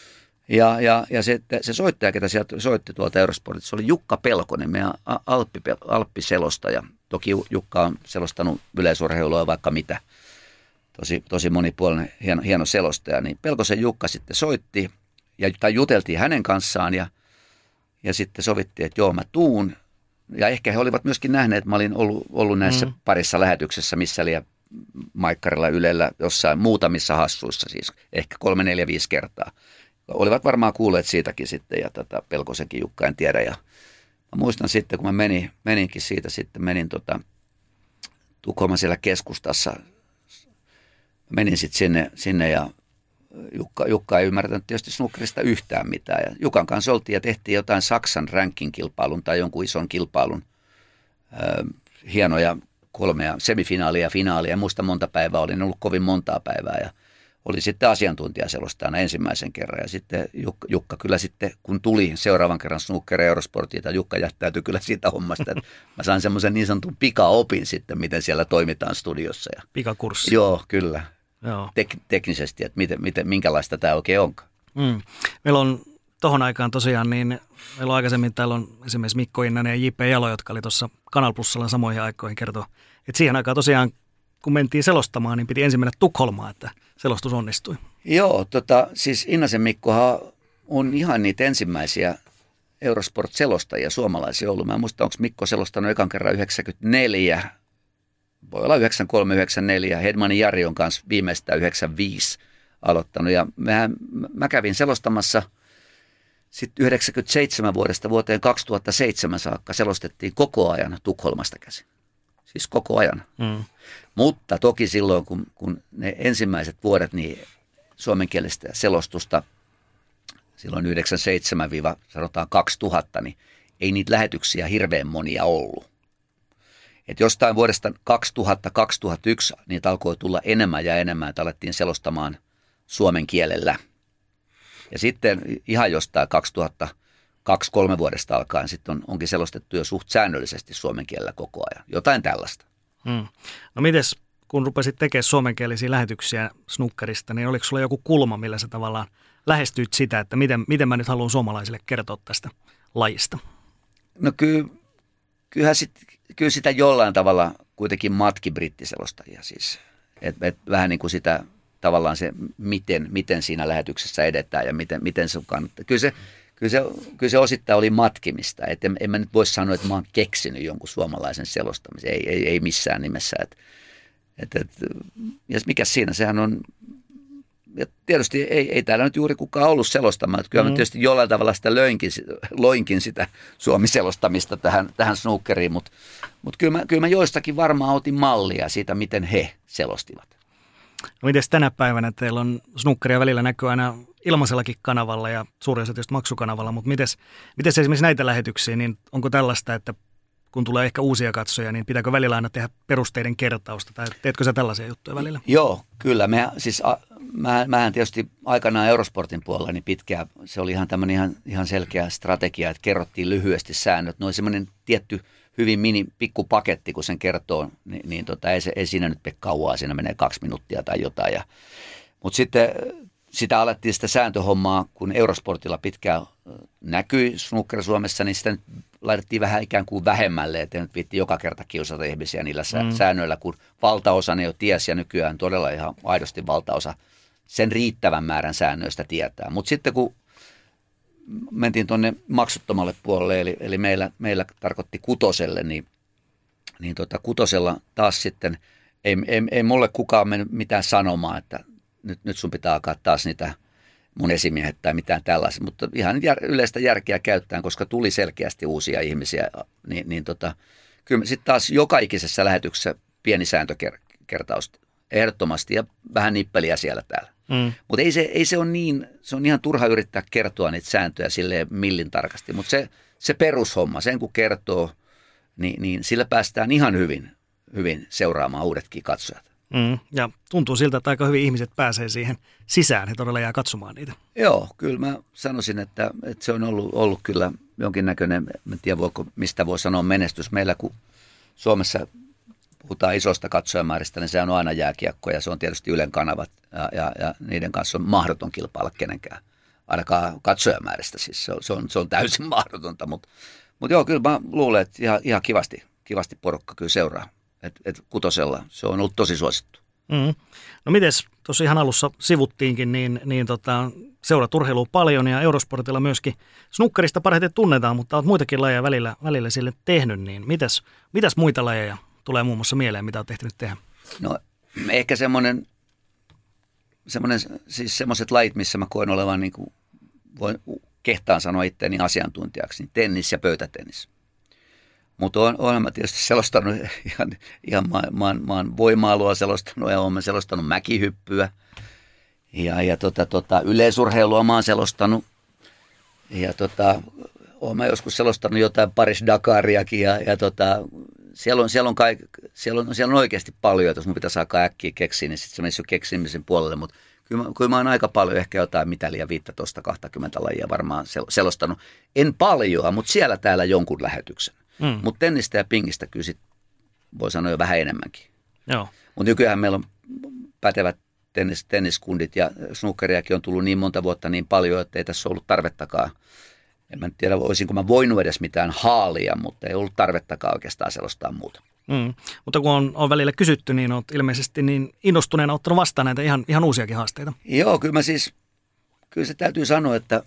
Ja se soittaja, ketä sieltä soitti tuolta Eurosportista, se oli Jukka Pelkonen, meidän Alppi-selostaja. Toki Jukka on selostanut yleisurheilua ja vaikka mitä. Tosi monipuolinen, hieno selostaja. Niin Pelkosen Jukka sitten soitti tai juteltiin hänen kanssaan ja sitten sovittiin, että joo mä tuun. Ja ehkä he olivat myöskin nähneet, että mä olin ollut näissä parissa lähetyksessä, missä liian Maikkarilla, Ylellä, jossain muutamissa hassuissa, siis ehkä 3, 4, 5 kertaa. Olivat varmaan kuulleet siitäkin sitten ja Pelkosenkin Jukka, en tiedä. Ja mä muistan sitten, kun mä meninkin siitä sitten, menin Tukholman siellä keskustassa, menin sitten sinne ja Jukka ei ymmärtänyt tietysti snookerista yhtään mitään. Ja Jukan kanssa oltiin ja tehtiin jotain Saksan ranking-kilpailun tai jonkun ison kilpailun hienoja 3 semifinaalia ja finaalia. Muista monta päivää, olin ollut kovin montaa päivää ja oli sitten asiantuntijaselostajana ensimmäisen kerran. Ja sitten Jukka kyllä sitten, kun tuli seuraavan kerran Snooker Eurosportiin, Jukka jättäytyi kyllä siitä hommasta, että mä sain semmoisen niin sanotun pikaopin sitten, miten siellä toimitaan studiossa. Ja pikakurssi. Joo, kyllä. Joo. Teknisesti, että minkälaista tämä oikein onkaan. Meillä on tohon aikaan tosiaan, niin meillä on aikaisemmin, täällä on esimerkiksi Mikko Innanen ja J.P. Jalo, jotka oli tuossa Kanal Plusalla samoihin aikoihin kertoa, että siihen aikaan tosiaan, kun mentiin selostamaan, niin piti ensin mennä Tukholmaan, että selostus onnistui. Joo, siis Innasen Mikkohan on ihan niitä ensimmäisiä Eurosport-selostajia suomalaisia ollut. Mä en muista, onko Mikko selostanut ekan kerran 94, voi olla 93-94, Hedmanin Jari on kanssa viimeistään 95 aloittanut. Ja mä kävin selostamassa sitten 97 vuodesta vuoteen 2007 saakka, selostettiin koko ajan Tukholmasta käsin. Siis koko ajan. Mutta toki silloin, kun ne ensimmäiset vuodet niin suomenkielistä selostusta, silloin 97-2000, niin ei niitä lähetyksiä hirveän monia ollut. Et jostain vuodesta 2000-2001 niitä alkoi tulla enemmän ja enemmän, että alettiin selostamaan suomen kielellä. Ja sitten ihan jostain 2002-2003 vuodesta alkaen sitten onkin selostettu jo suht säännöllisesti suomen kielellä koko ajan. Jotain tällaista. No mites, kun rupesit tekemään suomenkielisiä lähetyksiä snookerista, niin oliko sulla joku kulma, millä sä tavallaan lähestyit sitä, että miten mä nyt haluan suomalaisille kertoa tästä lajista? No kyllä sitä jollain tavalla kuitenkin matki brittiselostajia siis. Et vähän niin kuin sitä tavallaan se, miten siinä lähetyksessä edetään ja miten se kannattaa. Kyllä se osittain oli matkimista. Et en mä nyt voi sanoa, että mä oon keksinyt jonkun suomalaisen selostamisen. Ei missään nimessä. Ja mikä siinä, sehän on, ja tietysti ei täällä nyt juuri kukaan ollut selostamaan. Että kyllä mä tietysti jollain tavalla sitä loinkin sitä suomiselostamista tähän snookeriin, mutta kyllä mä joistakin varmaan otin mallia siitä, miten he selostivat. No mites tänä päivänä teillä on snookeria välillä näkyy aina ilmaisellakin kanavalla ja suurin osa tietysti maksukanavalla, mutta mites esimerkiksi näitä lähetyksiä, niin onko tällaista, että kun tulee ehkä uusia katsoja, niin pitääkö välillä aina tehdä perusteiden kertausta tai teetkö sä tällaisia juttuja välillä? Joo, kyllä. Mähän tietysti aikanaan Eurosportin puolella niin pitkään, se oli ihan tämmöinen ihan selkeä strategia, että kerrottiin lyhyesti säännöt. No semmoinen tietty hyvin pikkupaketti, kun sen kertoo, niin ei siinä nyt mene kauaa, siinä menee 2 minuuttia tai jotain. Mutta sitten sitä alettiin sitä sääntöhommaa, kun Eurosportilla pitkään näkyi snooker Suomessa, niin sitä nyt laitettiin vähän ikään kuin vähemmälle, että nyt viitti joka kerta kiusata ihmisiä niillä säännöillä, kun valtaosa ne jo tiesi ja nykyään todella ihan aidosti valtaosa sen riittävän määrän säännöistä tietää. Mutta sitten kun mentiin tuonne maksuttomalle puolelle, eli meillä tarkoitti Kutoselle, niin Kutosella taas sitten ei mulle kukaan mennyt mitään sanomaan, että nyt sun pitää alkaa taas niitä mun esimiehet tai mitään tällaista, mutta ihan yleistä järkeä käyttäen, koska tuli selkeästi uusia ihmisiä, niin kyllä sitten taas joka ikisessä lähetyksessä pieni sääntökertaus ehdottomasti ja vähän nippeliä siellä täällä. Mutta ei se ole niin, se on ihan turha yrittää kertoa niitä sääntöjä silleen millin tarkasti, mutta se perushomma, sen kun kertoo, niin sillä päästään ihan hyvin seuraamaan uudetkin katsojat. Ja tuntuu siltä, että aika hyvin ihmiset pääsee siihen sisään, he todella jää katsomaan niitä. Joo, kyllä mä sanoisin, että se on ollut kyllä jonkinnäköinen, en tiedä mistä voi sanoa menestys. Meillä kun Suomessa puhutaan isosta katsojamääristä, niin se on aina jääkiekko ja se on tietysti Ylen kanavat ja niiden kanssa on mahdoton kilpailla kenenkään. Ainakaan katsojamääristä siis, se on täysin mahdotonta, mutta joo, kyllä mä luulen, että ihan kivasti porukka kyllä seuraa. Et Kutosella se on ollut tosi suosittu. No mites, tuossa ihan alussa sivuttiinkin, niin seurat urheilua paljon ja Eurosportilla myöskin snukkerista parhaiten tunnetaan, mutta olet muitakin lajeja välillä sille tehnyt, niin mitäs muita lajeja tulee muun muassa mieleen, mitä olet ehtinyt tehdä? No ehkä siis semmoiset lajit, missä mä koen olevan, niin kuin voin kehtaan sanoa itseäni asiantuntijaksi, niin tennis ja pöytätennis. Mutta olen mä tietysti selostanut ihan maan voimailua selostanut ja olen selostanut mäkihyppyä ja yleisurheilua mä oon selostanut ja olen mä joskus selostanut jotain Paris-Dakariakin ja siellä on oikeasti paljon, että jos mun pitäisi alkaa äkkiä keksiä, niin sitten se menisi jo keksimisen puolelle, mutta kyllä mä oon aika paljon ehkä jotain mitäliä 15-20 lajia varmaan selostanut. En paljon, mutta siellä täällä jonkun lähetyksen. Mutta tennistä ja pingistä kyllä sit voi sanoa jo vähän enemmänkin. Mutta nykyään meillä on pätevät tenniskundit ja snookeriakin on tullut niin monta vuotta niin paljon, että ei tässä ollut tarvettakaan. En mä tiedä, olisinko mä voinut edes mitään haalia, mutta ei ollut tarvettakaan oikeastaan selostaa muuta. Mutta kun on välillä kysytty, niin olet ilmeisesti niin innostuneena ottanut vastaan näitä ihan uusiakin haasteita. Joo, kyllä se täytyy sanoa, että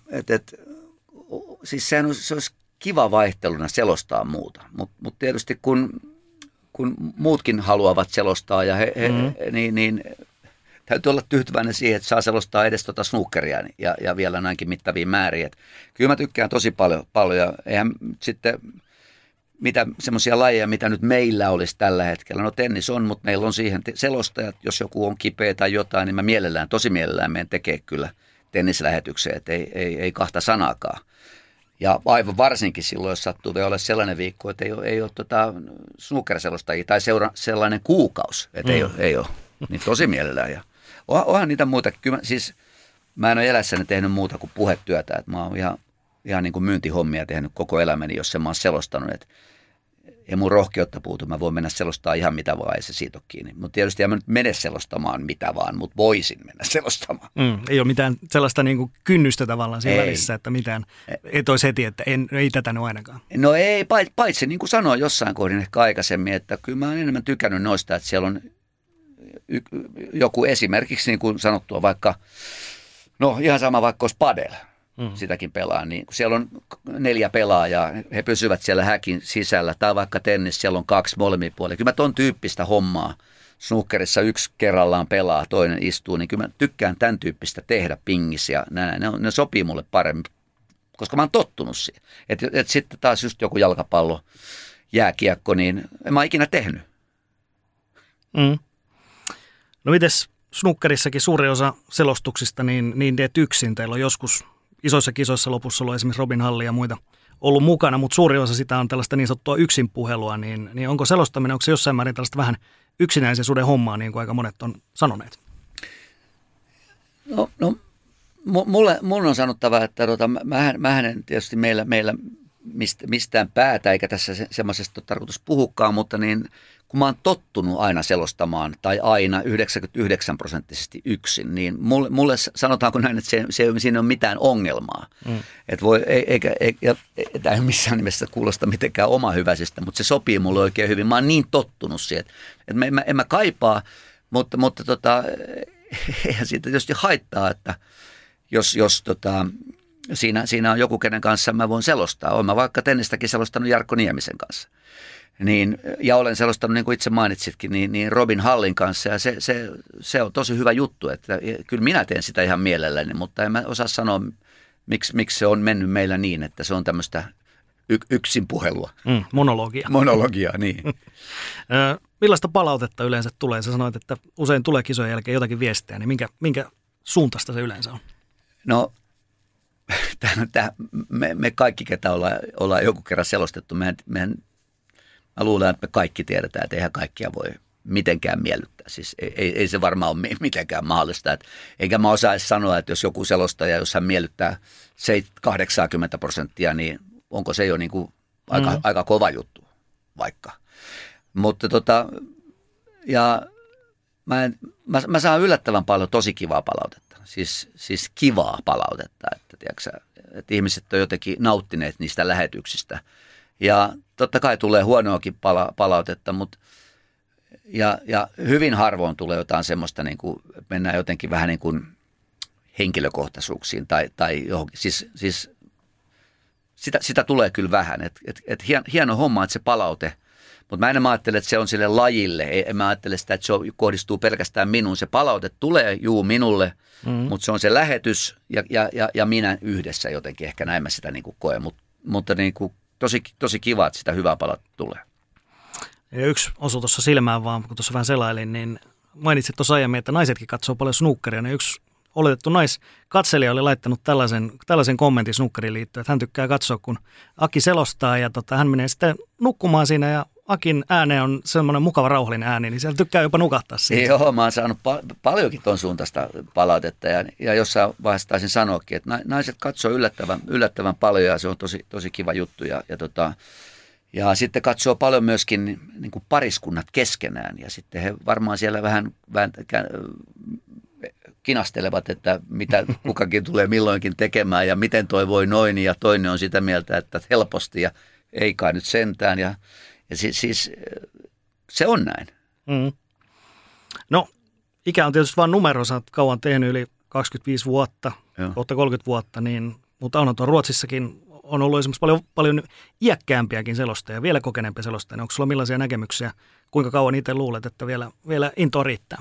siis se olisi kiva vaihteluna selostaa muuta, mutta tietysti kun muutkin haluavat selostaa ja niin täytyy olla tyytyväinen siihen, että saa selostaa edes snookeria ja vielä näinkin mittaviin määriin. Et kyllä mä tykkään tosi paljon ja eihän sitten mitä semmoisia lajeja, mitä nyt meillä olisi tällä hetkellä. No tennis on, mutta meillä on siihen selostajat, jos joku on kipeä tai jotain, niin mä tosi mielellään menen tekemään kyllä tennislähetykseen, että ei kahta sanaakaan. Ja aivan varsinkin silloin, jos sattuu vielä olla sellainen viikko, että ei ole snooker-selostajia tai sellainen kuukausi, että ei ole. Niin tosi mielellään. Ja onhan niitä muita. Kyllä, siis mä en ole elässäni tehnyt muuta kuin puhetyötä. Että mä oon ihan niin kuin myyntihommia tehnyt koko elämäni, jos mä oon selostanut. Että ei mun rohkeutta puutu. Mä voin mennä selostaa ihan mitä vaan, ei se siitä ole kiinni. Mutta tietysti en mä nyt mene selostamaan mitä vaan, mutta voisin mennä selostamaan. Ei ole mitään sellaista niin kuin kynnystä tavallaan siinä välissä, että mitään et olisi heti, että ei tätä nyt ainakaan. No ei, paitsi niin kuin sanoin jossain kohdin ehkä aikaisemmin, että kyllä mä oon enemmän tykännyt noista, että siellä on joku esimerkiksi niin kuin sanottua vaikka, no ihan sama vaikka olisi padel, sitäkin pelaa, niin kun siellä on 4 pelaajaa, he pysyvät siellä häkin sisällä, tai vaikka tennis, siellä on 2 molemmin puolella. Kyllä mä ton tyyppistä hommaa snookerissa yksi kerrallaan pelaa, toinen istuu, niin kyllä mä tykkään tämän tyyppistä tehdä pingissä ja ne sopii mulle paremmin, koska mä oon tottunut siihen. Et sitten taas just joku jalkapallo, jääkiekko, niin en mä ikinä tehnyt. No mites snookerissakin suuri osa selostuksista, niin teet yksin. Teillä on joskus isoissa kisoissa lopussa ollut esimerkiksi Robin Halli ja muita ollut mukana, mutta suuri osa sitä on tällaista niin sanottua yksinpuhelua. Niin onko selostaminen, onko se jossain määrin tällaista vähän yksinäisen suden hommaa, niin kuin aika monet on sanoneet? No mun on sanottava, että mähän en tietysti meillä mistään päätä, eikä tässä semmoisesta ole tarkoitus puhukaan, mutta niin kun mä oon tottunut aina selostamaan, tai aina 99% yksin, niin mulle sanotaanko näin, että siinä ei ole mitään ongelmaa. Että tämä ei missään nimessä kuulosta mitenkään omahyväisestä, mutta se sopii mulle oikein hyvin. Mä oon niin tottunut siihen, että en mä kaipaa, mutta eihän siitä tietysti haittaa, että jos siinä on joku, kenen kanssa mä voin selostaa. Olen mä vaikka tennistäkin selostanut Jarkko Niemisen kanssa. Ja olen selostanut, niin kuin itse mainitsitkin, niin Robin Hallin kanssa. Ja se on tosi hyvä juttu. Että kyllä minä teen sitä ihan mielelläni, mutta en mä osaa sanoa, miksi se on mennyt meillä niin, että se on tämmöistä yksinpuhelua. Monologia, niin. Millaista palautetta yleensä tulee? Sä sanoit, että usein tulee kisojen jälkeen jotakin viestejä, niin minkä suuntaista se yleensä on? No, me kaikki, ketä ollaan joku kerran selostettu, mä luulen, että me kaikki tiedetään, että eihän kaikkia voi mitenkään miellyttää. Siis ei se varmaan ole mitenkään mahdollista. Enkä mä osaisi sanoa, että jos joku selostaja, jos hän miellyttää 80%, niin onko se jo niin kuin aika kova juttu vaikka. Mutta ja mä saan yllättävän paljon tosi kivaa palautetta. Siis kivaa palautetta, että ihmiset on jotenkin nauttineet niistä lähetyksistä. Ja totta kai tulee huonoakin palautetta, mutta ja hyvin harvoin tulee jotain semmoista, niin kuin mennään jotenkin vähän niin kuin henkilökohtaisuuksiin tai johonkin. Siis sitä tulee kyllä vähän. Et hieno homma, että se palaute, mutta mä en ajattele, että se on sille lajille. En mä ajattele sitä, että se kohdistuu pelkästään minuun. Se palaute tulee minulle, mutta se on se lähetys ja minä yhdessä jotenkin. Ehkä näin mä sitä niin kuin koen, mutta niin kuin tosi kiva, että sitä hyvää palautetta tulee. Ja yksi osui tuossa silmään vaan, kun tuossa vähän selailin, niin mainitsit tuossa aiemmin, että naisetkin katsoo paljon snookeria. Niin yksi oletettu naiskatselija oli laittanut tällaisen kommentin snookerin liittyen, että hän tykkää katsoa, kun Aki selostaa ja hän menee sitten nukkumaan siinä ja Akin ääne on semmoinen mukava rauhallinen ääni, niin siellä tykkää jopa nukahtaa siinä. Joo, mä oon saanut paljonkin ton suuntaista palautetta ja jossain vaiheessa taisin sanoakin, että naiset katsoo yllättävän paljon ja se on tosi kiva juttu ja sitten katsoo paljon myöskin niin kuin pariskunnat keskenään ja sitten he varmaan siellä vähän kinastelevat, että mitä kukakin tulee milloinkin tekemään ja miten toi voi noin ja toinen on sitä mieltä, että helposti ja ei kai nyt sentään ja siis se on näin. No, ikä on tietysti vain numero, sä oot kauan tehnyt yli 25 vuotta, kohta 30 vuotta, niin, mutta on Ruotsissakin on ollut esimerkiksi paljon iäkkäämpiäkin selostajia, vielä kokeneempia selostajia. Onko sulla millaisia näkemyksiä, kuinka kauan itse luulet, että vielä intoa riittää?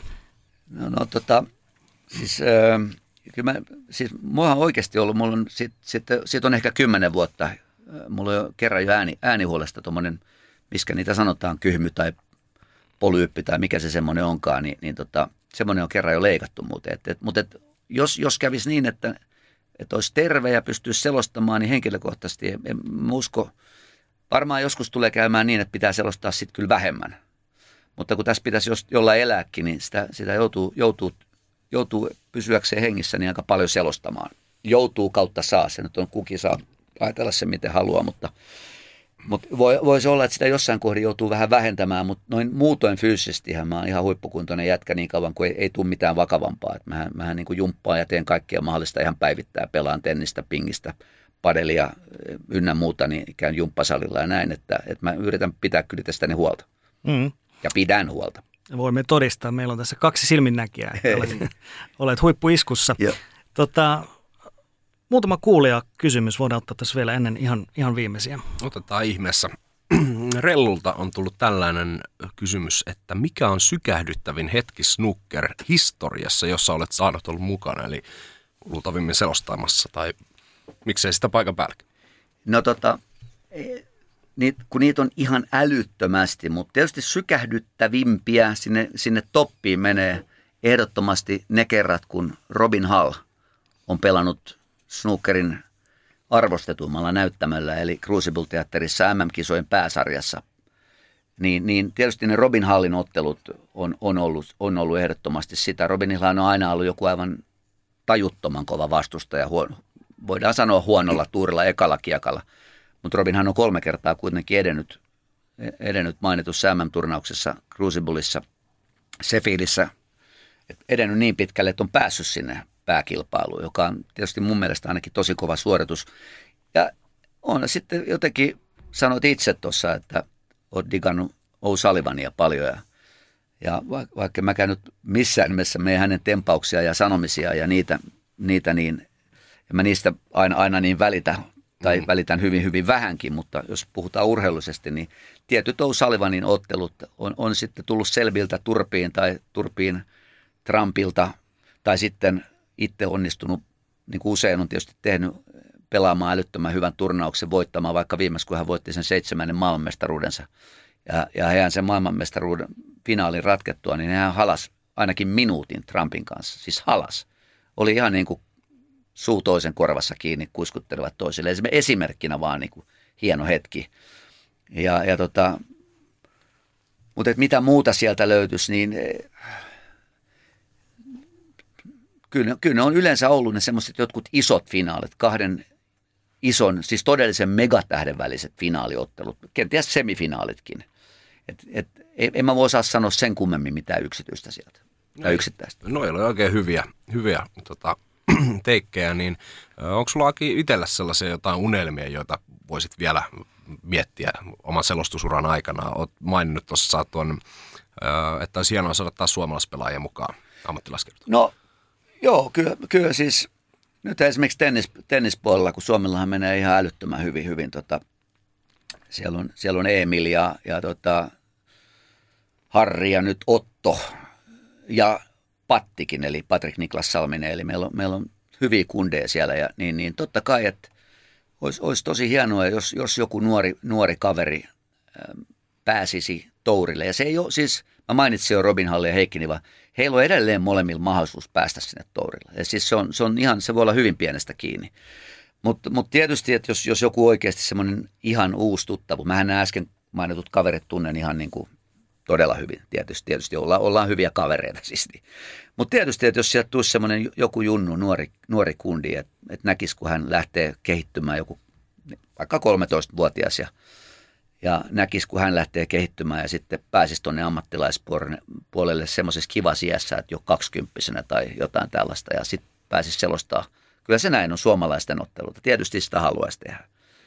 Kyllä mulla on oikeasti ollut, siitä on ehkä 10 vuotta, mulla on jo kerran jo äänihuolesta tuommoinen, miskä niitä sanotaan, kyhmy tai polyyppi tai mikä se semmoinen onkaan, niin semmoinen on kerran jo leikattu muuten. Mutta jos kävisi niin, että olisi terve ja pystyisi selostamaan, niin henkilökohtaisesti en usko. Varmaan joskus tulee käymään niin, että pitää selostaa sitten kyllä vähemmän. Mutta kun tässä pitäisi jollain elääkin, niin sitä joutuu pysyäkseen hengissä niin aika paljon selostamaan. Joutuu kautta saa. Se nyt on kukin saa ajatella sen miten haluaa, mutta voisi olla, että sitä jossain kohdin joutuu vähän vähentämään, mutta noin muutoin fyysisestihän mä oon ihan huippukuntoinen jätkä niin kauan, kun ei tule mitään vakavampaa. Että mähän niin kuin jumppaan ja teen kaikkea mahdollista ihan päivittäin, pelaan tennistä, pingistä, padelia ynnä muuta, niin käyn jumppasalilla ja näin, että mä yritän pitää kyllä tästäni huolta. Ja pidän huolta. Voimme todistaa, meillä on tässä 2 silminnäkijää, että olet huippuiskussa. Muutama kuulijakysymys voidaan ottaa tässä vielä ennen ihan viimeisiä. Otetaan ihmeessä. Rellulta on tullut tällainen kysymys, että mikä on sykähdyttävin hetki snooker-historiassa, jossa olet saanut olla mukana, eli luultavimmin selostamassa, tai miksei sitä paikan päällä? No kun niitä on ihan älyttömästi, mutta tietysti sykähdyttävimpiä sinne toppiin menee ehdottomasti ne kerrat, kun Robin Hall on pelannut snookerin arvostetummalla näyttämöllä, eli Crucible-teatterissa MM-kisojen pääsarjassa. Niin tietysti ne Robin Hallin ottelut on ollut ehdottomasti sitä. Robinilla on aina ollut joku aivan tajuttoman kova vastustaja, voidaan sanoa huonolla tuurilla ekalla kiekalla. Mutta Robinhan on 3 kertaa kuitenkin edennyt mainitussa MM-turnauksessa Crucibleissa, Sheffieldissä, edennyt niin pitkälle, että on päässyt sinne pääkilpailuun, joka on tietysti mun mielestä ainakin tosi kova suoritus. Ja on sitten jotenkin, sanoit itse tuossa, että olet digannut O'Sullivania paljon. Ja vaikka mä käyn nyt missään nimessä mene hänen tempauksia ja sanomisia ja niitä niin, en mä niistä aina niin välitä, tai välitän hyvin, hyvin vähänkin, mutta jos puhutaan urheilullisesti, niin tietyt O'Sullivanin ottelut on sitten tullut Selbiltä turpiin tai turpiin Trumpilta, tai sitten itse onnistunut, niin kuin usein on tietysti tehnyt, pelaamaan älyttömän hyvän turnauksen, voittamaan vaikka viimeis, kun hän voitti sen 7. maailmanmestaruudensa. Ja hän sen maailmanmestaruuden finaalin ratkettua, niin hän halas ainakin minuutin Trumpin kanssa, siis halas. oli ihan niin kuin suu toisen korvassa kiinni, kuiskuttelevat toisille. Esimerkkinä vaan niin kuin hieno hetki. Mutta mitä muuta sieltä löytyisi, niin kyllä ne on yleensä ollut ne semmoiset jotkut isot finaalit, kahden ison, siis todellisen megatähden väliset finaaliottelut, kenties semifinaalitkin. En mä voi sanoa sen kummemmin mitään yksityistä sieltä, tai yksittäistä. No ei ole oikein hyviä teikkejä, niin onko sulla itsellä sellaisia jotain unelmia, joita voisit vielä miettiä oman selostusuran aikana? Olet maininnut tuossa että olisi hienoa saada taas suomalaispelaajia mukaan ammattilaiskertoon. No joo, kyllä siis nyt esimerkiksi tennispuolella, kun Suomellahan menee ihan älyttömän hyvin. Siellä on Emil ja Harri ja nyt Otto ja Pattikin, eli Patrik Niklas Salminen, eli meillä on hyviä kundeja siellä, ja niin totta kai, että olisi tosi hienoa, jos joku nuori kaveri pääsisi tourille, ja se ei ole, siis mä mainitsin jo Robin Halle ja Heikkinen, vaan heillä on edelleen molemmilla mahdollisuus päästä sinne tourille, ja siis se voi olla hyvin pienestä kiinni, mutta tietysti, että jos joku oikeasti semmoinen ihan uusi tuttavu, mähän nämä äsken mainitut kaverit tunnen ihan niin kuin todella hyvin, tietysti ollaan hyviä kavereita siis. Mutta tietysti, että jos sieltä tulisi semmoinen joku junnu, nuori kundi, että näkisi, kun hän lähtee kehittymään joku vaikka 13-vuotias ja näkisi, kun hän lähtee kehittymään ja sitten pääsisi tuonne ammattilaispuolelle semmoisessa kivassa iässä, että jo 20 tai jotain tällaista ja sitten pääsisi selostaa. Kyllä se näin on suomalaisten otteluita. Tietysti sitä haluaisi tehdä.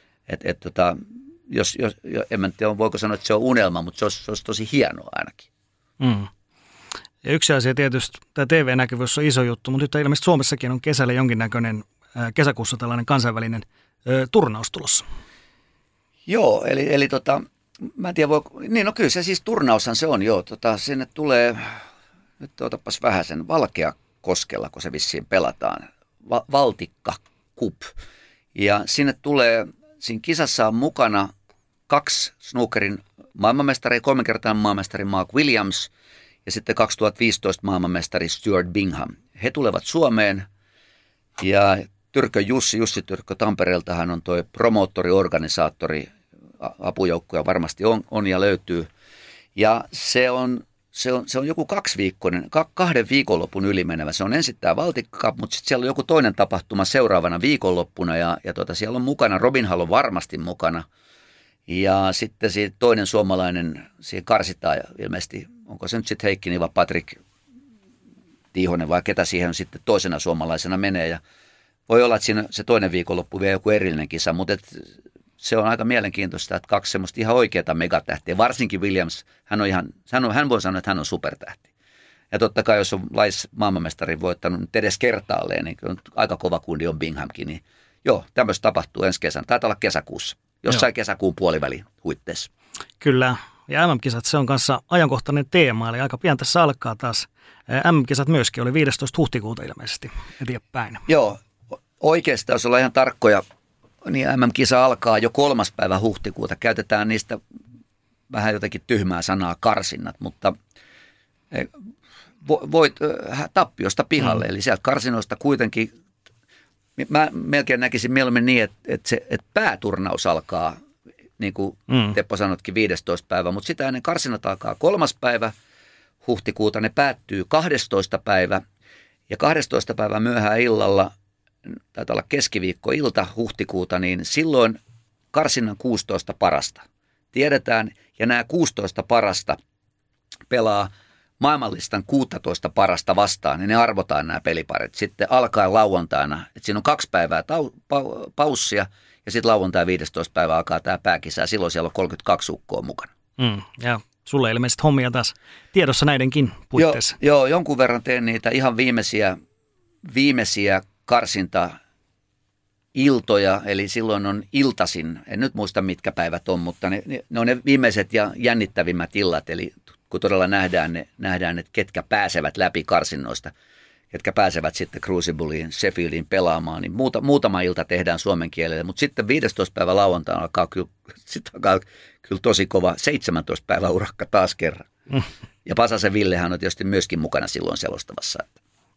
Jos en tiedä, voiko sanoa, että se on unelma, mutta se olisi tosi hienoa ainakin. Mm. Ja yksi asia tietysti, tämä TV-näkyvyys on iso juttu, mutta nyt ilmeisesti Suomessakin on kesällä jonkinnäköinen, kesäkuussa tällainen kansainvälinen turnaus tulossa. Joo, eli mä en tiedä, niin no kyllä se siis turnaushan se on, joo. Sinne tulee, nyt otapas vähän sen Valkeakoskella, kun se vissiin pelataan, Valtikka Cup. Ja sinne tulee, siinä kisassa on mukana 2 snookerin maailmanmestaria, 3 kertaa maailmanmestari Mark Williams ja sitten 2015 maailmanmestari Stuart Bingham. He tulevat Suomeen ja Jussi Tyrkkö Tampereelta, hän on toi promoottori, organisaattori, apujoukkoja varmasti on ja löytyy. Ja se on joku 2 viikonlopun ylimenevä. Se on ensin tämä Valtikka, mutta sitten siellä on joku toinen tapahtuma seuraavana viikonloppuna ja siellä on mukana, Robin Hall on varmasti mukana. Ja sitten toinen suomalainen, siihen karsitaan ilmeisesti, onko se nyt sitten Heikkinen vai Patrik Tiihonen vai ketä siihen sitten toisena suomalaisena menee. Ja voi olla, että siinä se toinen viikonloppu vielä joku erillinen kisa, mutta se on aika mielenkiintoista, että 2 semmoista ihan oikeata megatähtiä, varsinkin Williams, hän voi sanoa, että hän on supertähti. Ja totta kai, jos on maailmanmestari voittanut nyt edes kertaalleen, niin aika kova kundi on Binghamkin, niin joo, tämmöistä tapahtuu ensi kesän. Taitaa olla kesäkuussa, jossain kesäkuun puoliväli huitteessa. Kyllä, ja MM-kisat, se on kanssa ajankohtainen teema, eli aika pian tässä alkaa taas. MM-kisat myöskin oli 15. huhtikuuta ilmeisesti eteenpäin. Joo, oikeastaan, jos ollaan ihan tarkkoja, niin MM-kisa alkaa jo 3. päivä huhtikuuta. Käytetään niistä vähän jotenkin tyhmää sanaa karsinnat, mutta voit tappiosta pihalle. Eli sieltä karsinoista kuitenkin, mä melkein näkisin mieluummin niin, että pääturnaus alkaa, niin kuin Teppo sanotkin, 15. päivä, mutta sitä ennen karsinat alkaa 3. päivä huhtikuuta, ne päättyy 12. päivä ja 12. päivä myöhään illalla, taitaa olla keskiviikkoilta huhtikuuta, niin silloin karsinnan 16 parasta. Tiedetään, ja nämä 16 parasta pelaa maailmanlistan 16 parasta vastaan, niin ne arvotaan nämä peliparit. Sitten alkaa lauantaina, että siinä on 2 päivää paussia, ja sitten lauantai 15 päivää alkaa tämä pääkisä, silloin siellä on 32 ukkoa mukana. Ja sulle ilmeisesti hommia taas tiedossa näidenkin puitteissa. Joo, jonkun verran teen niitä ihan viimeisiä karsinta-iltoja, eli silloin on iltasin, en nyt muista mitkä päivät on, mutta ne on ne viimeiset ja jännittävimmät illat, eli kun todella nähdään, että ketkä pääsevät läpi karsinnoista, ketkä pääsevät sitten Crucibleen, Sheffieldiin pelaamaan, niin muutama ilta tehdään suomen kielellä, mutta sitten 15. päivä lauantaina alkaa kyllä tosi kova 17. päivä urakka taas kerran. Ja Pasasen Villehän on tietysti myöskin mukana silloin selostavassa.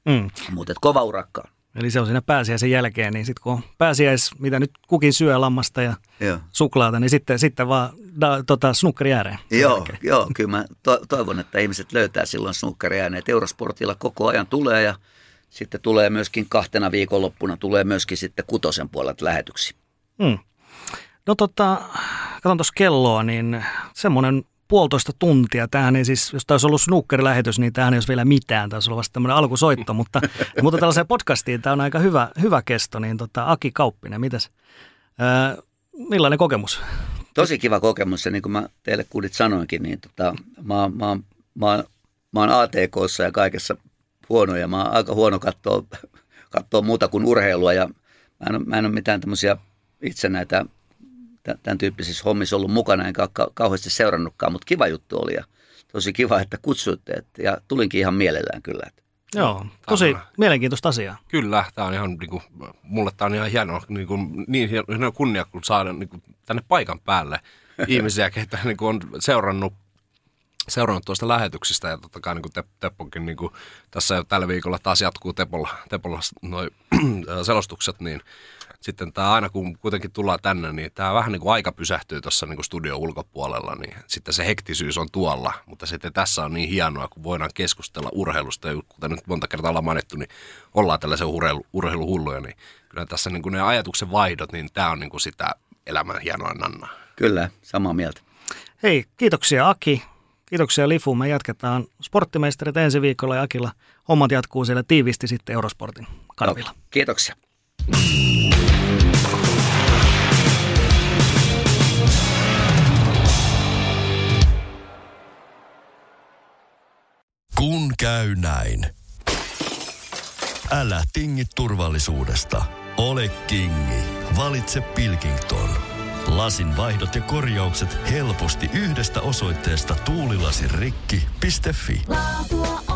Mutta kova urakka on. Eli se on siinä pääsiäisen jälkeen, niin sitten kun on mitä nyt kukin syö lammasta ja suklaata, niin sitten vaan snukkeri ääreen. Joo, kyllä mä toivon, että ihmiset löytää silloin snukkeri ääreen. Että Eurosportilla koko ajan tulee ja sitten tulee myöskin 2 viikonloppuna, tulee myöskin sitten 6 puolelta lähetyksiä. No katson tuossa kelloa, niin semmoinen 1,5 tuntia. Tämähän ei siis, jos tämä olisi ollut snukkerilähetys, niin tämähän ei olisi vielä mitään. Tämä olisi ollut vasta tämmöinen alkusoitto, mutta tällaiseen podcastiin tämä on aika hyvä kesto. Niin Aki Kauppinen, millainen kokemus? Tosi kiva kokemus ja niin kuin mä teille kuulit sanoinkin, niin mä oon ATK:ssa ja kaikessa huono ja mä oon aika huono katsoa muuta kuin urheilua ja mä en ole mitään tämmöisiä itse näitä tämän tyyppisissä hommissa ollut mukana, enkä kauheasti seurannutkaan, mutta kiva juttu oli ja tosi kiva, että kutsuitte ja tulinkin ihan mielellään kyllä. Joo, tosi mielenkiintoista asiaa. Kyllä, tämä on ihan, mulle tämä on ihan hienoa, niin hieno kunnia, kun saada tänne paikan päälle ihmisiä, keitä on seurannut tuosta lähetyksistä ja totta kai Tepponkin tässä jo tällä viikolla taas jatkuu Tepolla noi selostukset, niin sitten tämä aina kun kuitenkin tullaan tänne, niin tämä vähän aika pysähtyy tuossa studion ulkopuolella, niin sitten se hektisyys on tuolla, mutta sitten tässä on niin hienoa, kun voidaan keskustella urheilusta ja kuten nyt monta kertaa ollaan mainittu, niin ollaan tällaisia urheiluhulluja, niin kyllä tässä ne ajatuksen vaihdot, niin tämä on sitä elämän hienoa nannaa. Kyllä, samaa mieltä. Hei, kiitoksia Aki. Kiitoksia Lifu. Me jatketaan Sporttimeisterit ensi viikolla ja Akilla hommat jatkuu siellä tiiviisti sitten Eurosportin kanavilla. No, kiitoksia. Kun käy näin. Älä tingi turvallisuudesta. Ole kingi. Valitse Pilkington. Lasin vaihdot ja korjaukset helposti yhdestä osoitteesta tuulilasirikki.fi. Laatua